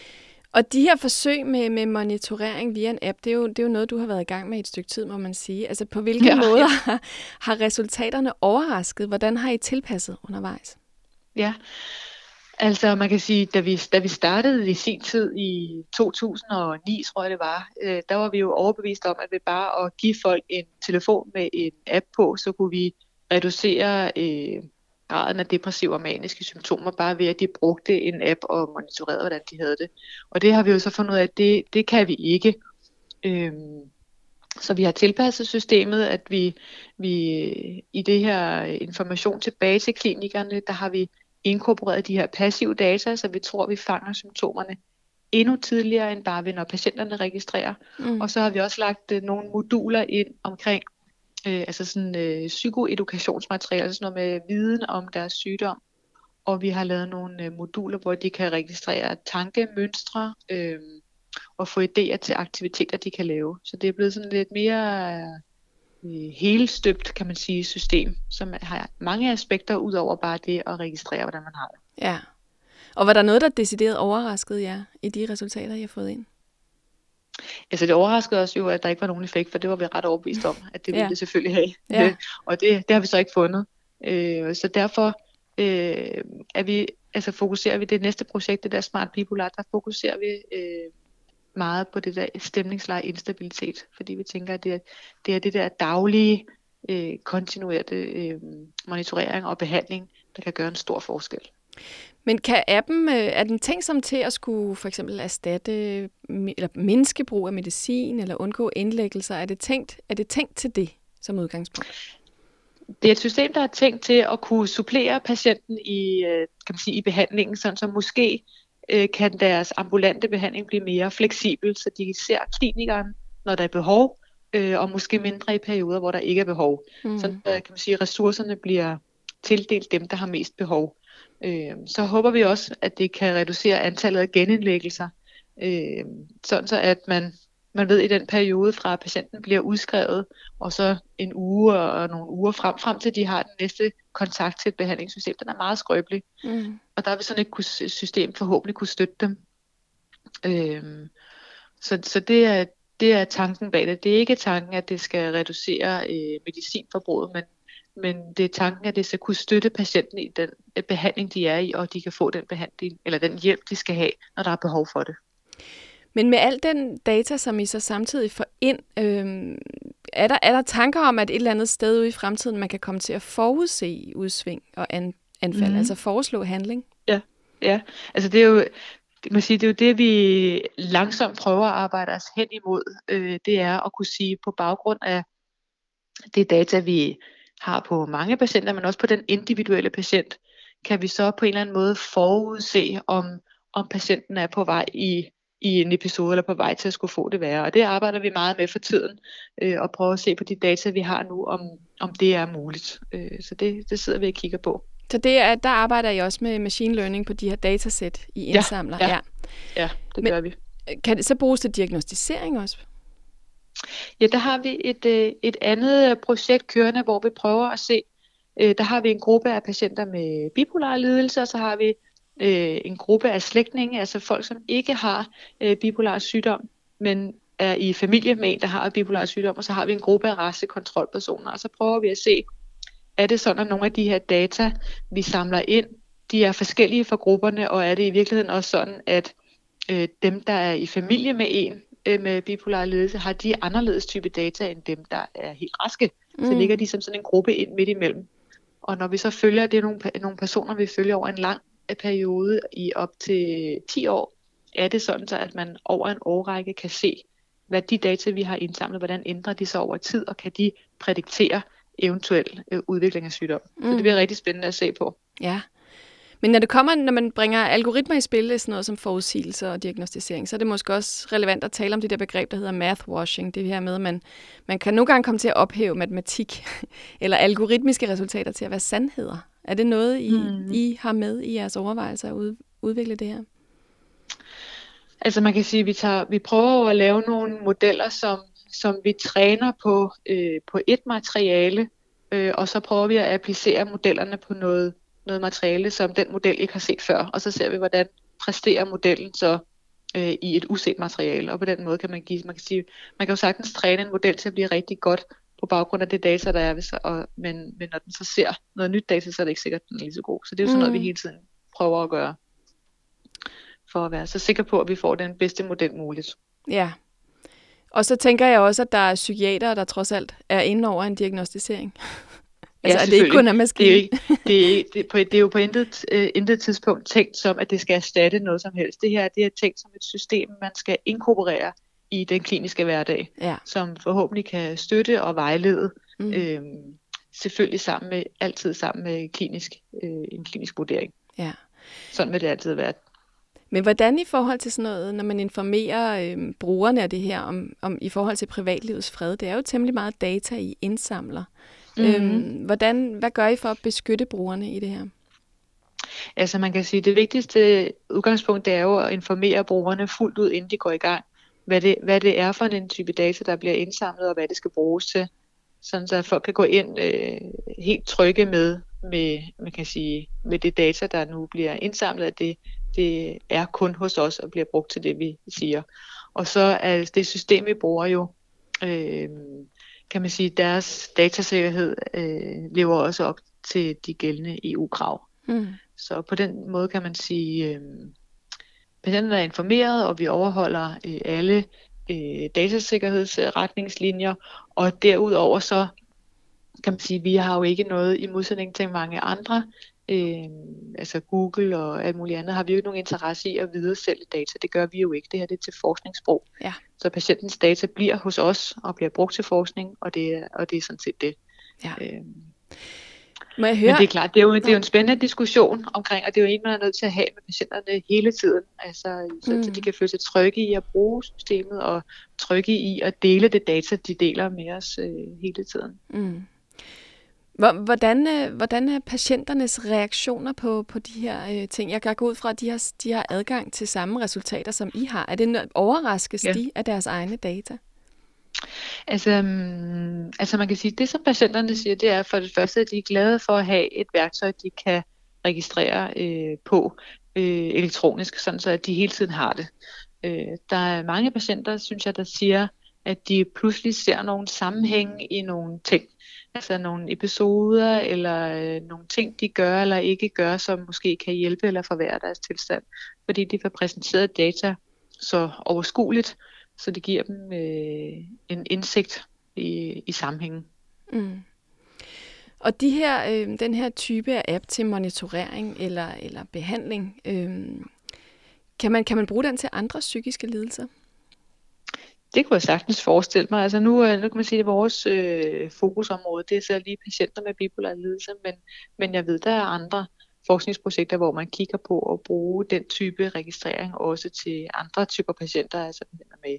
Og de her forsøg med, med monitorering via en app, det er, jo, det er jo noget, du har været i gang med et stykke tid, må man sige. Altså på hvilke ja, måder ja. har, har resultaterne overrasket? Hvordan har I tilpasset undervejs? Ja, altså man kan sige, da vi, da vi startede i sin tid i to tusind og ni, tror jeg det var, øh, der var vi jo overbevist om, at ved bare at give folk en telefon med en app på, så kunne vi reducere øh, graden af depressive og maniske symptomer, bare ved at de brugte en app og monitorerede, hvordan de havde det. Og det har vi jo så fundet ud af, at det, det kan vi ikke. Øhm, så vi har tilpasset systemet, at vi, vi i det her information tilbage til klinikerne, der har vi inkorporeret de her passive data, så vi tror, at vi fanger symptomerne endnu tidligere, end bare ved, når patienterne registrerer. Mm. Og så har vi også lagt øh, nogle moduler ind omkring Øh, altså sådan øh, psykoedukationsmateriale, altså sådan noget med viden om deres sygdom. Og vi har lavet nogle øh, moduler, hvor de kan registrere tankemønstre øh, og få idéer til aktiviteter, de kan lave. Så det er blevet sådan lidt mere øh, helstøbt, kan man sige, system, som har mange aspekter ud over bare det at registrere, hvordan man har det. Ja. Og var der noget, der decideret overraskede jer i de resultater, I har fået ind? Altså det overraskede os jo, at der ikke var nogen effekt, for det var vi ret overbevist om, at det ville ja. det selvfølgelig have. Ja. Og det, det har vi så ikke fundet. Øh, så derfor øh, er vi, altså fokuserer vi det næste projekt, det der Smart Bipolar, der fokuserer vi øh, meget på det der stemningsleje instabilitet, fordi vi tænker, at det er det, er det der daglige, øh, kontinuerte øh, monitorering og behandling, der kan gøre en stor forskel. Men kan appen, øh, er den tænkt som til at skulle for eksempel erstatte eller mindske brug af medicin eller undgå indlæggelser? Er det tænkt, er det tænkt til det som udgangspunkt? Det er et system, der er tænkt til at kunne supplere patienten i, øh, kan man sige, i behandlingen, sådan så måske øh, kan deres ambulante behandling blive mere fleksibel, så de ser klinikeren, når der er behov, øh, og måske mindre i perioder, hvor der ikke er behov. Mm. Så kan man sige, at ressourcerne bliver tildelt dem, der har mest behov. Øh, så håber vi også, at det kan reducere antallet af genindlæggelser, øh, sådan så at man, man ved i den periode fra, at patienten bliver udskrevet, og så en uge og nogle uger frem, frem til de har den næste kontakt til et behandlingssystem, den er meget skrøbelig. Mm. Og der vil sådan et system forhåbentlig kunne støtte dem. Øh, så så det, er, det er tanken bag det. Det er ikke tanken, at det skal reducere øh, medicinforbruget, men Men det er tanken, at det skal kunne støtte patienten i den behandling, de er i, og de kan få den behandling eller den hjælp, de skal have, når der er behov for det. Men med al den data, som I så samtidig får ind, øh, er, der, er der tanker om, at et eller andet sted ude i fremtiden, man kan komme til at forudse udsving og an, anfald, mm-hmm. altså foreslå handling? Ja, ja. Altså det er jo, det, man siger, det er jo det, vi langsomt prøver at arbejde os hen imod. Øh, det er at kunne sige på baggrund af det data, vi har på mange patienter, men også på den individuelle patient, kan vi så på en eller anden måde forudse, om, om patienten er på vej i, i en episode, eller på vej til at skulle få det værre. Og det arbejder vi meget med for tiden, øh, og prøver at se på de data, vi har nu, om, om det er muligt. Øh, så det, det sidder vi og kigger på. Så det er, der arbejder I også med machine learning på de her datasæt, I indsamler? Ja, ja. ja. ja det men, gør vi. Kan det så bruges til diagnostisering også? Ja, der har vi et, et andet projekt kørende, hvor vi prøver at se, der har vi en gruppe af patienter med bipolar lidelse, og så har vi en gruppe af slægtninge, altså folk, som ikke har bipolar sygdom, men er i familie med en, der har bipolar sygdom, og så har vi en gruppe af racekontrolpersoner, og så prøver vi at se, er det sådan, at nogle af de her data, vi samler ind, de er forskellige for grupperne, og er det i virkeligheden også sådan, at dem, der er i familie med en, med bipolar lidelse, har de anderledes type data end dem, der er helt raske. Mm. Så ligger de som sådan en gruppe ind midt imellem. Og når vi så følger, det er nogle, nogle personer, vi følger over en lang periode i op til ti år, er det sådan, så at man over en årrække kan se, hvad de data, vi har indsamlet, hvordan ændrer de sig over tid, og kan de prædiktere eventuel øh, udvikling af sygdom. Mm. Så det bliver rigtig spændende at se på. Ja. Men når det kommer, når man bringer algoritmer i spil, sådan noget som forudsigelse og diagnostisering, så er det måske også relevant at tale om det der begreb, der hedder math washing. Det her med, at man, man kan nogle gange komme til at ophæve matematik eller algoritmiske resultater til at være sandheder. Er det noget, I, mm. I har med i jeres overvejelser at ud, udvikle det her? Altså man kan sige, at vi, tager, vi prøver at lave nogle modeller, som, som vi træner på, øh, på et materiale, øh, og så prøver vi at applicere modellerne på noget noget materiale, som den model ikke har set før, og så ser vi, hvordan præsterer modellen så øh, i et uset materiale, og på den måde kan man give, man kan sige, man kan jo sagtens træne en model til at blive rigtig godt på baggrund af det data, der er, og, men, men når den så ser noget nyt data, så er det ikke sikkert, at den er lige så god. Så det er jo sådan noget, mm. vi hele tiden prøver at gøre, for at være så sikker på, at vi får den bedste model muligt. Ja, og så tænker jeg også, at der er psykiatere, der trods alt er inde over en diagnostisering. Altså, ja, er det ikke kun af maskinen? Det er, ikke, det, er, det, er på, det er jo på intet, uh, intet tidspunkt tænkt som, at det skal erstatte noget som helst. Det her det er tænkt som et system, man skal inkorporere i den kliniske hverdag, ja. Som forhåbentlig kan støtte og vejlede, mm. øhm, selvfølgelig sammen med, altid sammen med klinisk, øh, en klinisk vurdering. Ja. Sådan vil det altid være. Men hvordan i forhold til sådan noget, når man informerer øh, brugerne af det her, om, om i forhold til privatlivets fred, det er jo temmelig meget data, I indsamler. Mm-hmm. Øhm, hvordan, hvad gør I for at beskytte brugerne i det her? Altså man kan sige, at det vigtigste udgangspunkt, det er jo at informere brugerne fuldt ud, inden de går i gang, hvad det, hvad det er for en type data, der bliver indsamlet, og hvad det skal bruges til. Sådan så folk kan gå ind øh, helt trygge med, med, man kan sige, med det data, der nu bliver indsamlet, at det, det er kun hos os og bliver brugt til det, vi siger. Og så er det system, vi bruger jo, øh, kan man sige, deres datasikkerhed øh, lever også op til de gældende E U-krav. Mm. Så på den måde kan man sige, øh, patienten er informeret, og vi overholder øh, alle øh, datasikkerhedsretningslinjer, og derudover så kan man sige, vi har jo ikke noget i modsætning til mange andre Øh, altså Google og alt muligt andet har vi jo ikke nogen interesse i at videresælge data. Det gør vi jo ikke. Det her det er til forskningsbrug. Ja. Så patientens data bliver hos os og bliver brugt til forskning, og det er, og det er sådan set det. Ja. Øh, Må jeg høre? Men det er klart, det er, jo, det er jo en spændende diskussion omkring, og det er jo en, man er nødt til at have med patienterne hele tiden. Altså, så, mm. så de kan føle sig trygge i at bruge systemet, og trygge i at dele det data, de deler med os øh, hele tiden. Mm. Hvordan, øh, hvordan er patienternes reaktioner på, på de her øh, ting? Jeg kan gå ud fra, at de har, de har adgang til samme resultater, som I har. Er det overraskes ja. de af deres egne data? Altså, um, altså man kan sige, at det som patienterne siger, det er for det første, at de er glade for at have et værktøj, de kan registrere øh, på øh, elektronisk, sådan så at de hele tiden har det. Øh, der er mange patienter, synes jeg, der siger, at de pludselig ser nogle sammenhæng i nogle ting. Altså nogle episoder eller øh, nogle ting, de gør eller ikke gør, som måske kan hjælpe eller forværre deres tilstand. Fordi de får præsenteret data så overskueligt, så det giver dem øh, en indsigt i, i sammenhængen. Mm. Og de her, øh, den her type af app til monitorering eller, eller behandling, øh, kan, man, kan man bruge den til andre psykiske lidelser? Det kunne jeg sagtens forestille mig. Altså nu, nu kan man sige, at vores øh, fokusområde, det er så lige patienter med bipolar lidelse, men, men jeg ved, der er andre forskningsprojekter, hvor man kigger på at bruge den type registrering også til andre typer patienter, altså med,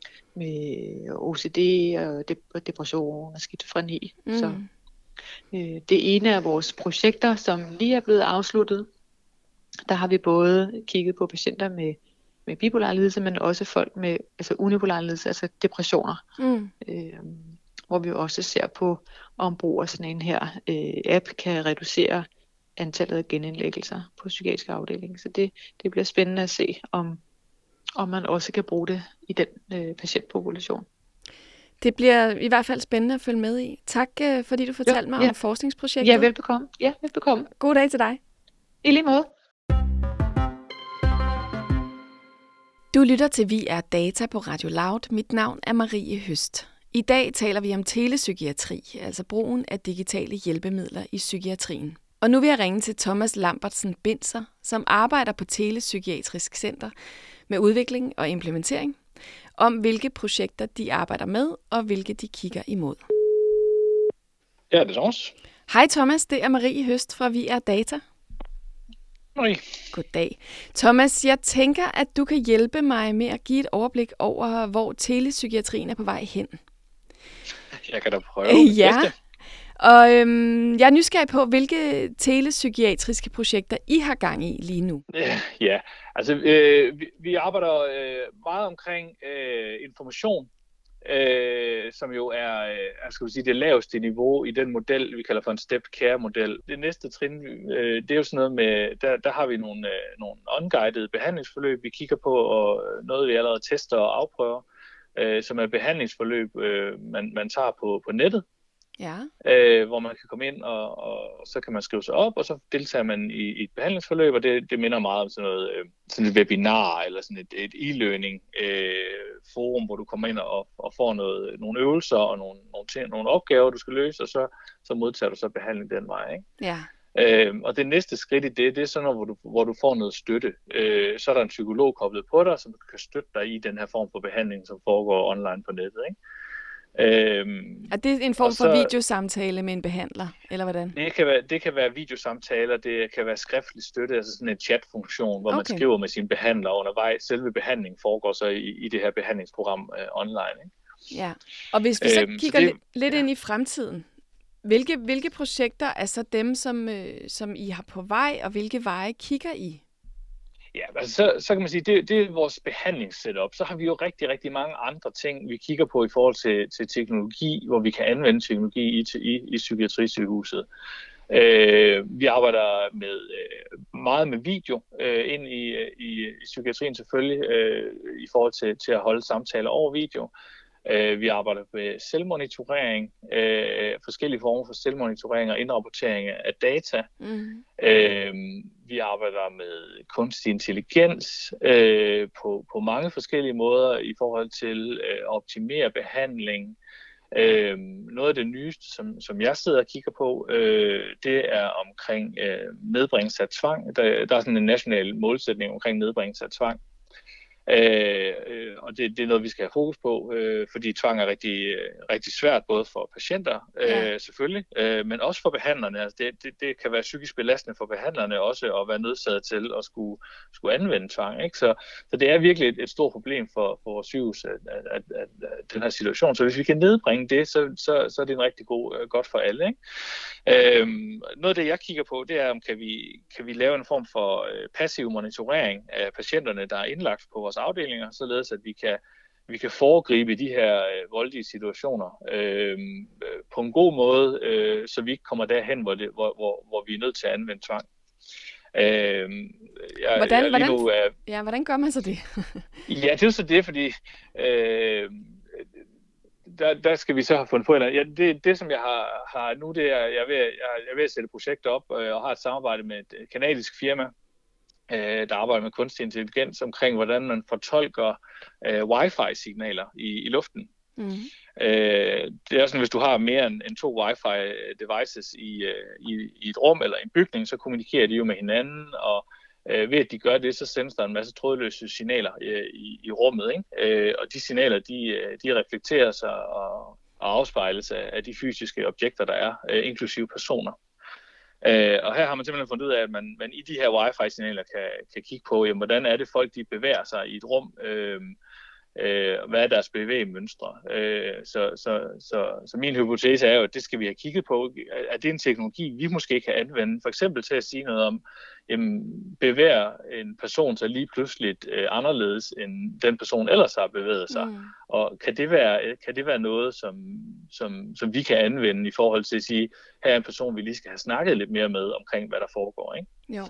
med O C D og depression og skizofreni. Mm. Så øh, det ene af vores projekter, som lige er blevet afsluttet, der har vi både kigget på patienter med med bipolar lidelse, men også folk med altså unipolar lidelse, altså depressioner. Mm. Øh, hvor vi også ser på, om brug af sådan en her øh, app kan reducere antallet af genindlæggelser på psykiatrisk afdeling. Så det, det bliver spændende at se, om, om man også kan bruge det i den øh, patientpopulation. Det bliver i hvert fald spændende at følge med i. Tak, øh, fordi du fortalte jo, mig ja. om forskningsprojektet. Ja, velbekomme. Ja, velbekomme. God dag til dig. I lige måde. Du lytter til Vi er Data på Radio Loud. Mit navn er Marie Høst. I dag taler vi om telepsykiatri, altså brugen af digitale hjælpemidler i psykiatrien. Og nu vil jeg ringe til Thomas Lambertsen Binzer, som arbejder på Telepsykiatrisk Center med udvikling og implementering, om hvilke projekter de arbejder med, og hvilke de kigger imod. Ja, det er Thomas. Hej Thomas, det er Marie Høst fra Vi er Data. Hej. Goddag. Thomas, jeg tænker, at du kan hjælpe mig med at give et overblik over, hvor telepsykiatrien er på vej hen. Jeg kan da prøve. Ja, og øhm, jeg er nysgerrig på, hvilke telepsykiatriske projekter I har gang i lige nu. Ja, ja. altså øh, vi, vi arbejder øh, meget omkring øh, information, øh, som jo er øh, jeg skal sige, det laveste niveau i den model, vi kalder for en stepped care-model. Det næste trin, øh, det er jo sådan noget med, der, der har vi nogle, øh, nogle unguided behandlingsforløb, vi kigger på, og noget vi allerede tester og afprøver, øh, som er behandlingsforløb, øh, man, man tager på, på nettet. Ja. Øh, hvor man kan komme ind, og, og så kan man skrive sig op, og så deltager man i, i et behandlingsforløb, og det, det minder meget om sådan noget, øh, sådan et webinar, eller sådan et, et e-learning øh, forum, hvor du kommer ind og, og får noget, nogle øvelser og nogle, nogle, ting, nogle opgaver, du skal løse, og så, så modtager du så behandling den vej, ikke? Ja. Øh, og det næste skridt i det, det er sådan noget, hvor du, hvor du får noget støtte. Øh, så er der en psykolog koblet på dig, som kan støtte dig i den her form for behandling, som foregår online på nettet, ikke? Øhm, er det en form så, for videosamtale med en behandler, eller hvordan? Det kan være, det kan være videosamtaler, det kan være skriftlig støtte, altså sådan en chatfunktion, hvor okay. man skriver med sin behandler undervejs. Selve behandlingen foregår så i, i det her behandlingsprogram øh, online. Ikke? Ja, og hvis vi så øhm, kigger så det, lidt, lidt ja. ind i fremtiden, hvilke, hvilke projekter er så dem, som, øh, som I har på vej, og hvilke veje kigger I? Ja, altså så, så kan man sige, det, det er vores behandlingssetup. Så har vi jo rigtig, rigtig mange andre ting, vi kigger på i forhold til, til teknologi, hvor vi kan anvende teknologi i, i, i psykiatrisygehuset. Øh, vi arbejder med øh, meget med video øh, ind i, i, i psykiatrien selvfølgelig, øh, i forhold til, til at holde samtaler over video. Øh, vi arbejder med selvmonitorering, øh, forskellige former for selvmonitorering og indrapportering af data. Mm. Øh, vi arbejder med kunstig intelligens øh, på, på mange forskellige måder i forhold til øh, at optimere behandling, Øh, noget af det nyeste, som, som jeg sidder og kigger på, øh, det er omkring øh, nedbringelse af tvang. Der, der er sådan en national målsætning omkring nedbringelse af tvang. Øh, øh, og det, det er noget, vi skal have fokus på, øh, fordi tvang er rigtig, øh, rigtig svært, både for patienter øh, ja. selvfølgelig, øh, men også for behandlerne. Altså det, det, det kan være psykisk belastende for behandlerne også at være nødsaget til at skulle, skulle anvende tvang. Ikke? Så, så det er virkelig et, et stort problem for, for vores sygehus, at, at, at, at, at den her situation. Så hvis vi kan nedbringe det, så, så, så er det en rigtig god, øh, godt for alle. Ikke? Øh, noget af det, jeg kigger på, det er, om kan vi, kan vi lave en form for øh, passiv monitorering af patienterne, der er indlagt på vores afdelinger, således at vi kan, vi kan foregribe de her øh, voldelige situationer øh, på en god måde, øh, så vi ikke kommer derhen, hvor, det, hvor, hvor, hvor vi er nødt til at anvende tvang. Øh, jeg, hvordan, jeg, hvordan, nu, er, ja, hvordan gør man så det? ja, det er så det, fordi øh, der, der skal vi så have fundet på, eller ja, det, det som jeg har, har nu, det er, jeg er ved, jeg, jeg er ved at sætte et projekt op, øh, og har et samarbejde med et kanadisk firma, der arbejder med kunstig intelligens omkring, hvordan man fortolker øh, wifi-signaler i, i luften. Mm. Øh, det er sådan, hvis du har mere end, end to wifi-devices i, øh, i, i et rum eller en bygning, så kommunikerer de jo med hinanden, og øh, ved at de gør det, så sendes der en masse trådløse signaler øh, i, i rummet. Ikke? Øh, og de signaler, de, de reflekterer sig og, og afspejles af, af de fysiske objekter, der er, øh, inklusive personer. Uh, og her har man simpelthen fundet ud af, at man, man i de her wifi-signaler kan, kan kigge på, jamen, hvordan er det folk, de bevæger sig i et rum, øh, øh, hvad er deres bevægemønstre. Øh, så, så, så, så min hypotese er jo, at det skal vi have kigget på. Er det en teknologi, vi måske kan anvende, for eksempel til at sige noget om, jamen, bevæger en person sig lige pludselig øh, anderledes, end den person ellers har bevæget sig. Mm. Og kan det være, kan det være noget, som, som, som vi kan anvende i forhold til at sige, her er en person, vi lige skal have snakket lidt mere med omkring, hvad der foregår, ikke? Jo.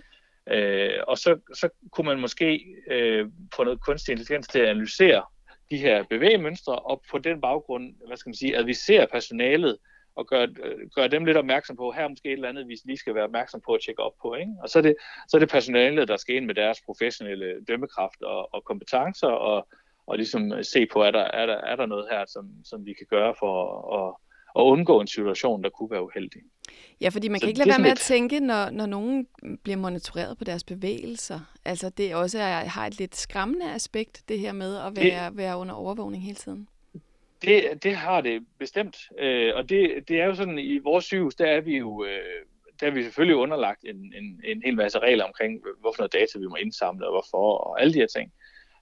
Øh, og så, så kunne man måske øh, få noget kunstig intelligens til at analysere de her bevægemønstre, og på den baggrund, hvad skal man sige, advisere personalet, og gøre, gøre dem lidt opmærksom på, her er måske et eller andet, vi lige skal være opmærksom på at tjekke op på. Ikke? Og så er, det, så er det personalet, der skal ind med deres professionelle dømmekraft og, og kompetencer, og, og ligesom se på, er der, er der, er der noget her, som, som vi kan gøre for at, at undgå en situation, der kunne være uheldig. Ja, fordi man så kan ikke lade være med at tænke, når, når nogen bliver monitoreret på deres bevægelser. Altså det også er, har et lidt skræmmende aspekt, det her med at være, det, være under overvågning hele tiden. Det, det har det bestemt, øh, og det, det er jo sådan, i vores sygehus, der er vi jo øh, der er vi selvfølgelig underlagt en, en, en hel masse regler omkring, hvorfor noget data vi må indsamle, og hvorfor, og alle de her ting.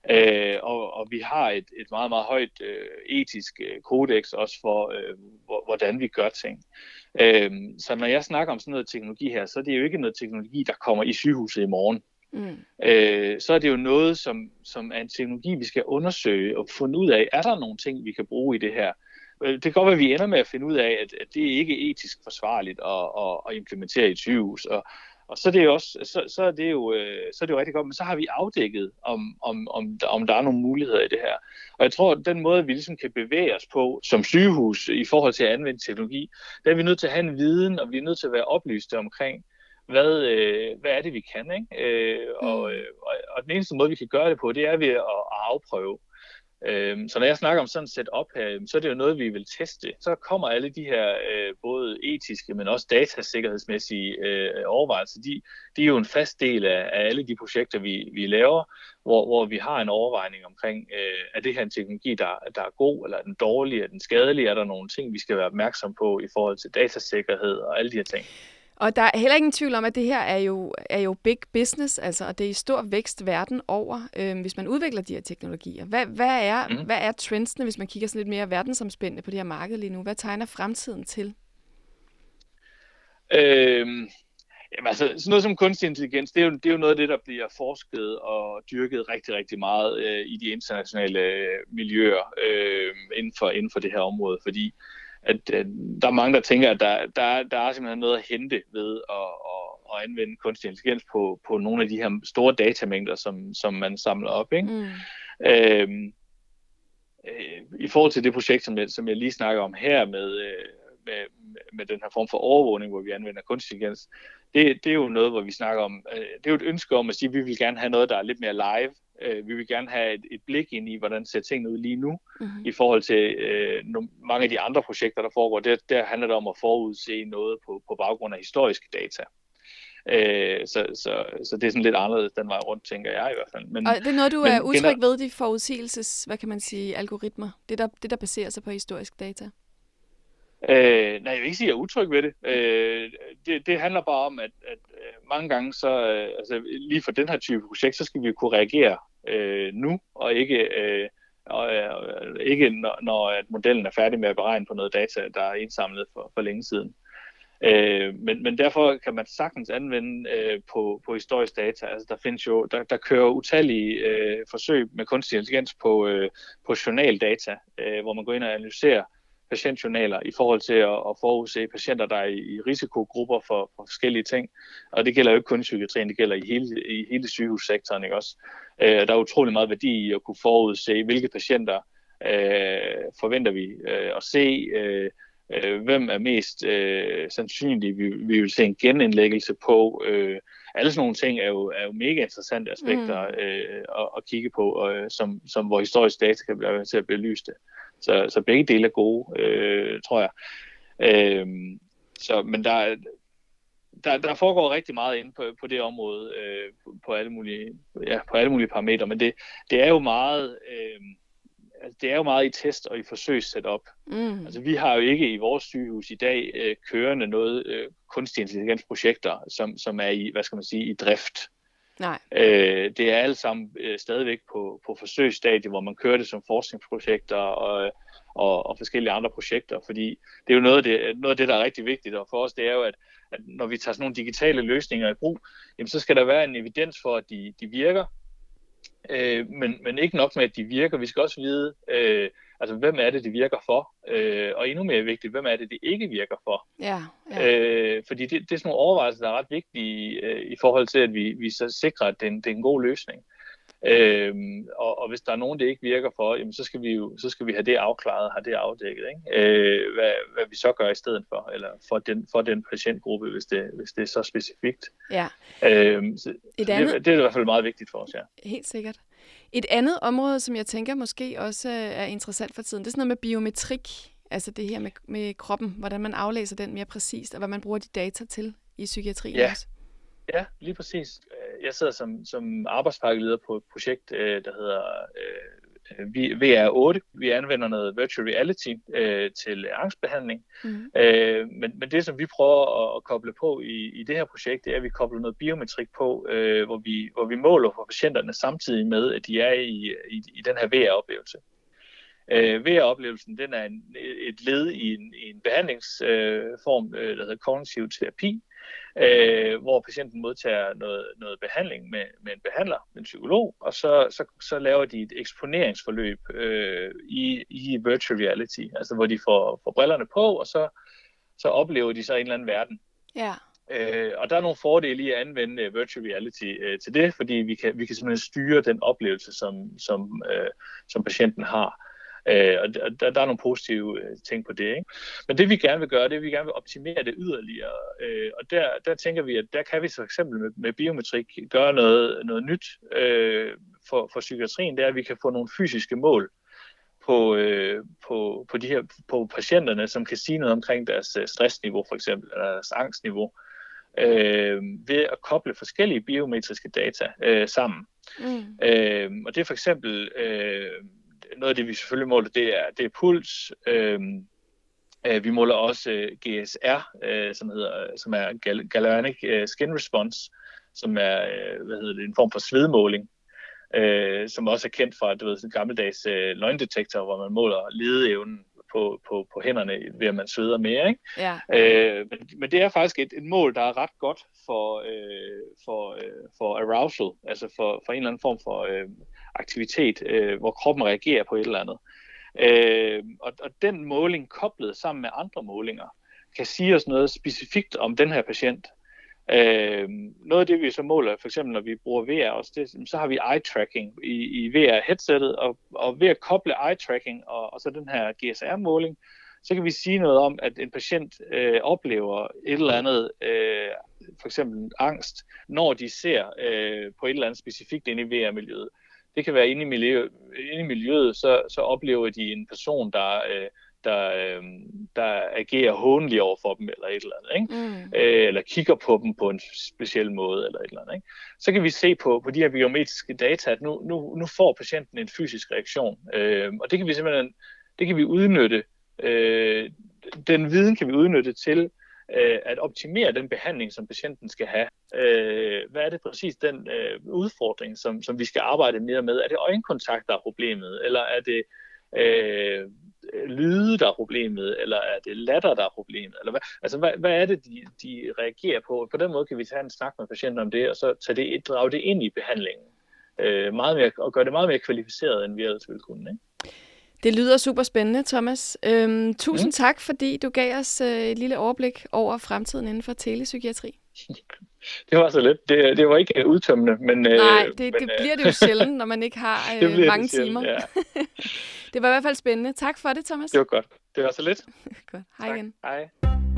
Øh, og, og vi har et, et meget, meget højt øh, etisk øh, kodex også for, øh, hvordan vi gør ting. Øh, så når jeg snakker om sådan noget teknologi her, så er det jo ikke noget teknologi, der kommer i sygehuset i morgen. Mm. Øh, så er det jo noget, som, som er en teknologi, vi skal undersøge og finde ud af, er der nogle ting, vi kan bruge i det her? Det kan godt være, at vi ender med at finde ud af, at, at det ikke er etisk forsvarligt at, at, at implementere i et sygehus, og Og så er det jo også, så, så er det jo, så er det jo rigtig godt, men så har vi afdækket, om, om, om, om der er nogle muligheder i det her. Og jeg tror, at den måde, vi ligesom kan bevæge os på som sygehus i forhold til at anvende teknologi, der er vi nødt til at have en viden, og vi er nødt til at være oplyste omkring, hvad, øh, hvad er det, vi kan, ikke? Øh, og, og, og den eneste måde, vi kan gøre det på, det er ved at, at afprøve. Så når jeg snakker om sådan et setup her, så er det jo noget, vi vil teste. Så kommer alle de her øh, både etiske, men også datasikkerhedsmæssige øh, overvejelser. De, de er jo en fast del af, af alle de projekter, vi, vi laver, hvor, hvor vi har en overvejning omkring, øh, er det her en teknologi, der, der er god, eller er den dårlig, er den skadelig, er der nogle ting, vi skal være opmærksom på i forhold til datasikkerhed og alle de her ting. Og der er heller ingen tvivl om, at det her er jo, er jo big business, altså, og det er i stor vækst verden over, øh, hvis man udvikler de her teknologier. Hvad, hvad, er, mm. hvad er trendsene, hvis man kigger sådan lidt mere verdensomspændende på det her marked lige nu? Hvad tegner fremtiden til? Øhm, jamen altså, sådan noget som kunstig intelligens, det er, jo, det er jo noget af det, der bliver forsket og dyrket rigtig, rigtig meget øh, i de internationale øh, miljøer øh, inden, for, inden for det her område, fordi at øh, der er mange, der tænker, at der, der, der er simpelthen noget at hente ved at, at, at anvende kunstig intelligens på, på nogle af de her store datamængder, som, som man samler op. Ikke? Mm. Øhm, øh, I forhold til det projekt, som jeg, som jeg lige snakker om her med, øh, med, med den her form for overvågning, hvor vi anvender kunstig intelligens, det, det er jo noget, hvor vi snakker om, øh, det er jo et ønske om at sige, at vi vil gerne have noget, der er lidt mere live, Øh, vi vil gerne have et, et blik ind i, hvordan ser tingene ud lige nu, Mm-hmm. i forhold til øh, no- mange af de andre projekter, der foregår. Der, der handler det om at forudse noget på, på baggrund af historiske data. Øh, så, så, så det er sådan lidt anderledes den vej rundt, tænker jeg i hvert fald. Men, og det er noget, du men er utryg gener- ved, de forudsigelses, hvad kan man sige, algoritmer, det der, det der baserer sig på historisk data? Øh, nej, jeg vil ikke sige, at jeg er utryg ved det. Øh, det. Det handler bare om, at, at mange gange, så, øh, altså lige for den her type projekt, så skal vi kunne reagere øh, nu, og ikke, øh, og, øh, ikke når, når at modellen er færdig med at beregne på noget data, der er indsamlet for, for længe siden. Øh, men, men derfor kan man sagtens anvende øh, på, på historisk data. Altså, der findes jo, der, der kører utallige øh, forsøg med kunstig intelligens på, øh, på journaldata, øh, hvor man går ind og analyserer patientjournaler i forhold til at, at forudse patienter, der er i, i risikogrupper for, for forskellige ting. Og det gælder jo ikke kun i psykiatrien, det gælder i hele, i hele sygehussektoren, ikke også? Øh, der er utrolig meget værdi i at kunne forudse, hvilke patienter øh, forventer vi øh, at se, øh, øh, hvem er mest øh, sandsynligt, vi, vi vil se en genindlæggelse på. Øh, alle sådan nogle ting er jo, er jo mega interessante aspekter øh, at, at kigge på, øh, som, som hvor historisk data kan blive til at belyse det. Så, så begge dele er gode, øh, tror jeg. Øh, så, men der, der, der foregår rigtig meget inde på, på det område, øh, på, på, alle mulige, ja, på alle mulige parametre, men det, det er jo meget... Øh, det er jo meget i test og i forsøgssetup. Mm. Altså, vi har jo ikke i vores sygehus i dag øh, kørende noget øh, kunstig intelligensprojekter, som, som er i, hvad skal man sige, i drift. Nej. Øh, det er alle sammen øh, stadigvæk på, på forsøgsstadie, hvor man kører det som forskningsprojekter og, og, og forskellige andre projekter, fordi det er jo noget af det, noget af det, der er rigtig vigtigt, og for os det er jo, at, at når vi tager sådan nogle digitale løsninger i brug, jamen, så skal der være en evidens for, at de, de virker, øh, men, men ikke nok med, at de virker. Vi skal også vide, øh, altså, hvem er det, det virker for, øh, og endnu mere vigtigt, hvem er det, det ikke virker for. Ja, ja. Øh, fordi det, det er sådan nogle overvejelser, der er ret vigtige øh, i forhold til, at vi, vi så sikrer, at det er en, det er en god løsning. Øhm, og, og hvis der er nogen, det ikke virker for, jamen, så skal vi jo så skal vi have det afklaret, have det afdækket, ikke? Øh, hvad, hvad vi så gør i stedet for, eller for den, for den patientgruppe, hvis det, hvis det er så specifikt. Ja. Øhm, så, så andet... det, det er i hvert fald meget vigtigt for os, ja. Helt sikkert. Et andet område, som jeg tænker måske også er interessant for tiden, det er sådan noget med biometrik, altså det her med, med kroppen, hvordan man aflæser den mere præcist, og hvad man bruger de data til i psykiatrien ja. også. Ja, lige præcis. Jeg sidder som, som arbejdspakkeleder på et projekt, der hedder øh, V R otte. Vi anvender noget virtual reality øh, til angstbehandling. Mm-hmm. Øh, men, men det, som vi prøver at, at koble på i, i det her projekt, det er, at vi kobler noget biometrik på, øh, hvor, vi, hvor vi måler for patienterne samtidig med, at de er i, i, i den her V R-oplevelse. Øh, V R-oplevelsen, den er en, et led i en, i en behandlingsform, øh, der hedder kognitiv terapi, øh, hvor patienten modtager noget, noget behandling med, med en behandler, en psykolog, og så, så, så laver de et eksponeringsforløb øh, i, i virtual reality, altså hvor de får, får brillerne på, og så, så oplever de så en eller anden verden. Ja. Øh, og der er nogle fordele i at anvende uh, virtual reality uh, til det, fordi vi kan, vi kan simpelthen styre den oplevelse, som, som, uh, som patienten har. Uh, og der, der er nogle positive uh, ting på det, ikke? Men det vi gerne vil gøre, det er, at vi gerne vil optimere det yderligere. Uh, og der, der tænker vi, at der kan vi så eksempel med, med biometrik gøre noget, noget nyt uh, for, for psykiatrien. Det er, at vi kan få nogle fysiske mål på, øh, på, på, de her, på patienterne, som kan sige noget omkring deres stressniveau for eksempel, eller deres angstniveau, øh, ved at koble forskellige biometriske data øh, sammen. Mm. Øh, og det er for eksempel, øh, noget af det vi selvfølgelig måler, det er, det er puls. Øh, øh, vi måler også øh, G S R, øh, som, hedder, som er Gal- Galvanic øh, Skin Response, som er øh, hvad hedder det, en form for svedmåling. Øh, som også er kendt fra, du ved, sådan en gammeldags øh, løgndetektor, hvor man måler ledeevnen på, på, på hænderne, ved at man sveder mere, ikke? Ja. Øh, men, men det er faktisk et, et mål, der er ret godt for, øh, for, øh, for arousal, altså for, for en eller anden form for øh, aktivitet, øh, hvor kroppen reagerer på et eller andet. Øh, og, og den måling koblet sammen med andre målinger, kan sige os noget specifikt om den her patient. Øh, noget af det vi så måler, for eksempel når vi bruger V R også, det, så har vi eye-tracking i, i V R-headsettet, og, og ved at koble eye-tracking og, og så den her G S R-måling, så kan vi sige noget om, at en patient øh, oplever et eller andet, øh, for eksempel angst, når de ser øh, på et eller andet specifikt inde i V R-miljøet. Det kan være inde i, miljø, inde i miljøet, så, så oplever de en person, der, øh, der, øh, der agerer hånligt over for dem, eller et eller andet, ikke? Mm. Øh, eller kigger på dem på en speciel måde, eller et eller andet, ikke? Så kan vi se på, på de her biometriske data, at nu, nu, nu får patienten en fysisk reaktion. Øh, og det kan vi simpelthen det kan vi udnytte. Øh, den viden kan vi udnytte til øh, at optimere den behandling, som patienten skal have. Øh, hvad er det præcis den øh, udfordring, som, som vi skal arbejde mere med? Er det øjenkontakt, der er problemet? Eller er det øh, lyde, der er problemet? Eller er det latter, der er problemet? Eller hvad, altså, hvad, hvad er det, de, de reagerer på? På den måde kan vi tage en snak med patienten om det, og så tage det, drage det ind i behandlingen. Øh, meget mere, og gøre det meget mere kvalificeret, end vi ellers ville kunne, ikke? Det lyder super spændende, Thomas. Øhm, tusind mm. tak, fordi du gav os øh, et lille overblik over fremtiden inden for telepsykiatri. Det var så lidt. Det, det var ikke udtømmende, men... Nej, det, men, det bliver det jo sjældent, når man ikke har øh, mange timer. Ja. Det var i hvert fald spændende. Tak for det, Thomas. Det var godt. Det var så lidt. Godt. Hej tak. igen. Hej.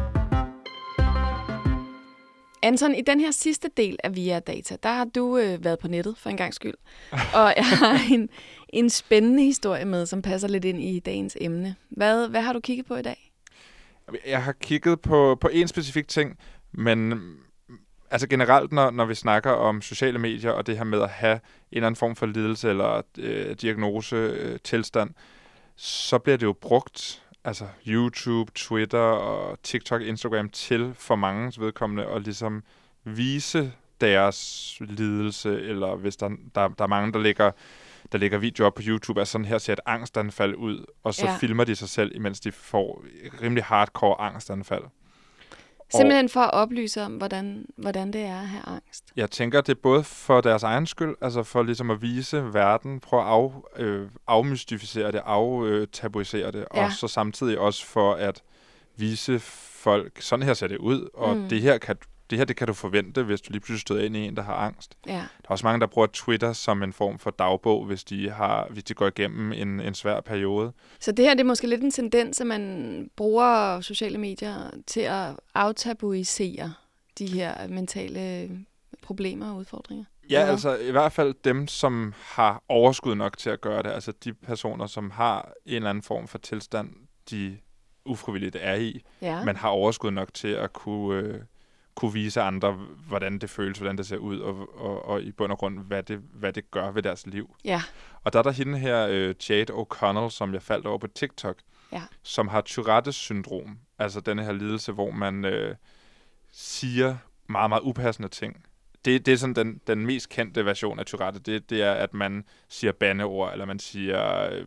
Anton, i den her sidste del af Via Data, der har du øh, været på nettet for en gang skyld. Og jeg har en, en spændende historie med, som passer lidt ind i dagens emne. Hvad, hvad har du kigget på i dag? Jeg har kigget på, på en specifik ting, men altså generelt, når, når vi snakker om sociale medier og det her med at have en eller anden form for lidelse eller øh, diagnose, øh, tilstand, så bliver det jo brugt, altså YouTube, Twitter og TikTok, Instagram, til for mange vedkommende at ligesom vise deres lidelse, eller hvis der, der, der er mange, der lægger, der lægger videoer op på YouTube, altså sådan her ser et angstanfald ud, og så ja. filmer de sig selv, imens de får rimelig hardcore angstanfald. Simpelthen for at oplyse om, hvordan, hvordan det er at have angst. Jeg tænker, det er både for deres egen skyld, altså for ligesom at vise verden, prøve at af, øh, afmystificere det, aftabuisere det, ja. og så samtidig også for at vise folk, sådan her ser det ud, og mm. det her kan det her det kan du forvente, hvis du lige pludselig støder ind i en, der har angst. Ja. Der er også mange, der bruger Twitter som en form for dagbog, hvis de, har, hvis de går igennem en, en svær periode. Så det her det er måske lidt en tendens, at man bruger sociale medier til at aftabuisere de her mentale problemer og udfordringer? Ja, altså i hvert fald dem, som har overskud nok til at gøre det. Altså de personer, som har en eller anden form for tilstand, de ufrivilligt er i, ja. men har overskud nok til at kunne... Øh, kunne vise andre, hvordan det føles, hvordan det ser ud, og, og, og i bund og grund, hvad det, hvad det gør ved deres liv. Ja. Og der er der hende her, øh, Jade O'Connell, som jeg faldt over på TikTok, ja. som har Tourettes syndrom, altså denne her lidelse, hvor man øh, siger meget, meget upassende ting. Det, det er sådan den, den mest kendte version af Tourette, det, det er, at man siger bandeord, eller man siger øh,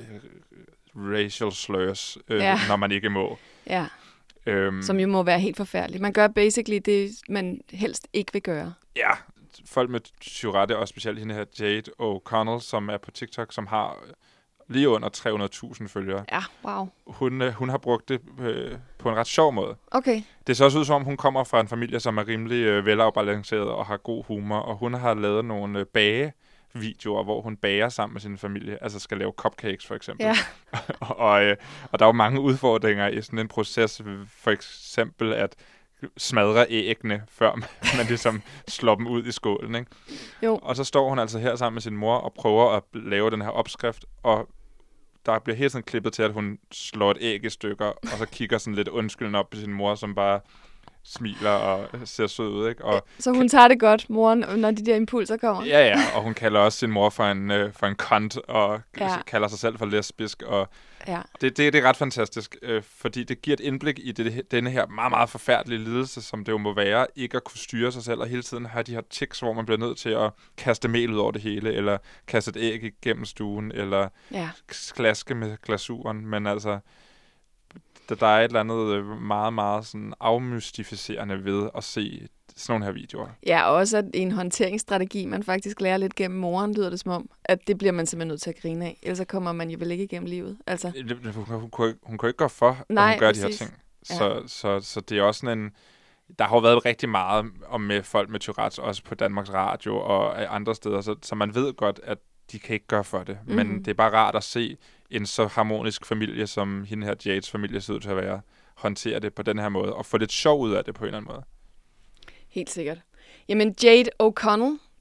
racial slurs, øh, ja. når man ikke må. Ja. Øhm, Som jo må være helt forfærdeligt. Man gør basically det, man helst ikke vil gøre. Ja, folk med Tourette, og specielt hende her Jade O'Connell, som er på TikTok, som har lige under tre hundrede tusind følgere. Ja, wow. Hun, hun har brugt det øh, på en ret sjov måde. Okay. Det ser også ud som om, hun kommer fra en familie, som er rimelig øh, velafbalanceret og har god humor, og hun har lavet nogle øh, bage videoer, hvor hun bager sammen med sin familie, altså skal lave cupcakes for eksempel. Ja. og, øh, og der er jo mange udfordringer i sådan en proces, for eksempel at smadre æggene, før man ligesom slår dem ud i skålen, ikke? Jo. Og så står hun altså her sammen med sin mor og prøver at lave den her opskrift, og der bliver helt sådan klippet til, at hun slår et æg i stykker, og så kigger sådan lidt undskyldende op på sin mor, som bare smiler og ser sød ud, ikke? Og så hun tager det godt, moren, når de der impulser kommer? Ja, ja, og hun kalder også sin mor for en, øh, for en cunt, og ja. kalder sig selv for lesbisk, og ja. det, det, det er ret fantastisk, øh, fordi det giver et indblik i det, denne her meget, meget forfærdelige lidelse, som det jo må være, ikke at kunne styre sig selv, og hele tiden have de her tics, hvor man bliver nødt til at kaste mel ud over det hele, eller kaste et æg igennem stuen, eller ja. klaske med glasuren, men altså... Der er et eller andet meget, meget sådan afmystificerende ved at se sådan nogle her videoer. Ja, og også en håndteringsstrategi, man faktisk lærer lidt gennem moren, lyder det som om, at det bliver man simpelthen nødt til at grine af. Ellers så kommer man jo vel ikke igennem livet. Altså. Hun, hun, hun, hun, hun kan jo ikke gå for, Nej, at hun gør præcis. de her ting. Ja. Så, så, så det er også sådan en... Der har jo været rigtig meget om med folk med Tourettes, også på Danmarks Radio og andre steder, så, så man ved godt, at de kan ikke gøre for det. Mm-hmm. Men det er bare rart at se en så harmonisk familie, som hende her Jades familie ser ud til at være, håndtere det på den her måde, og få lidt sjov ud af det på en eller anden måde. Helt sikkert. Jamen, Jade O'Connell,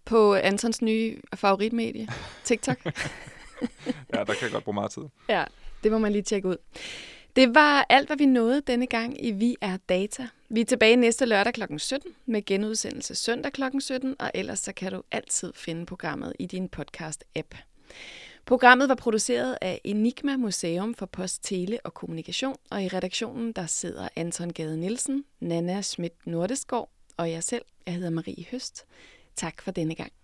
på Antons nye favoritmedie, TikTok. Ja, der kan jeg godt bruge meget tid. Ja, det må man lige tjekke ud. Det var alt, hvad vi nåede denne gang i Vi er Data. Vi er tilbage næste lørdag klokken sytten med genudsendelse søndag klokken sytten, og ellers så kan du altid finde programmet i din podcast-app. Programmet var produceret af Enigma Museum for Post, Tele og Kommunikation, og i redaktionen der sidder Anton Gade Nielsen, Nana Schmidt Nordesgaard og jeg selv. Jeg hedder Marie Høst. Tak for denne gang.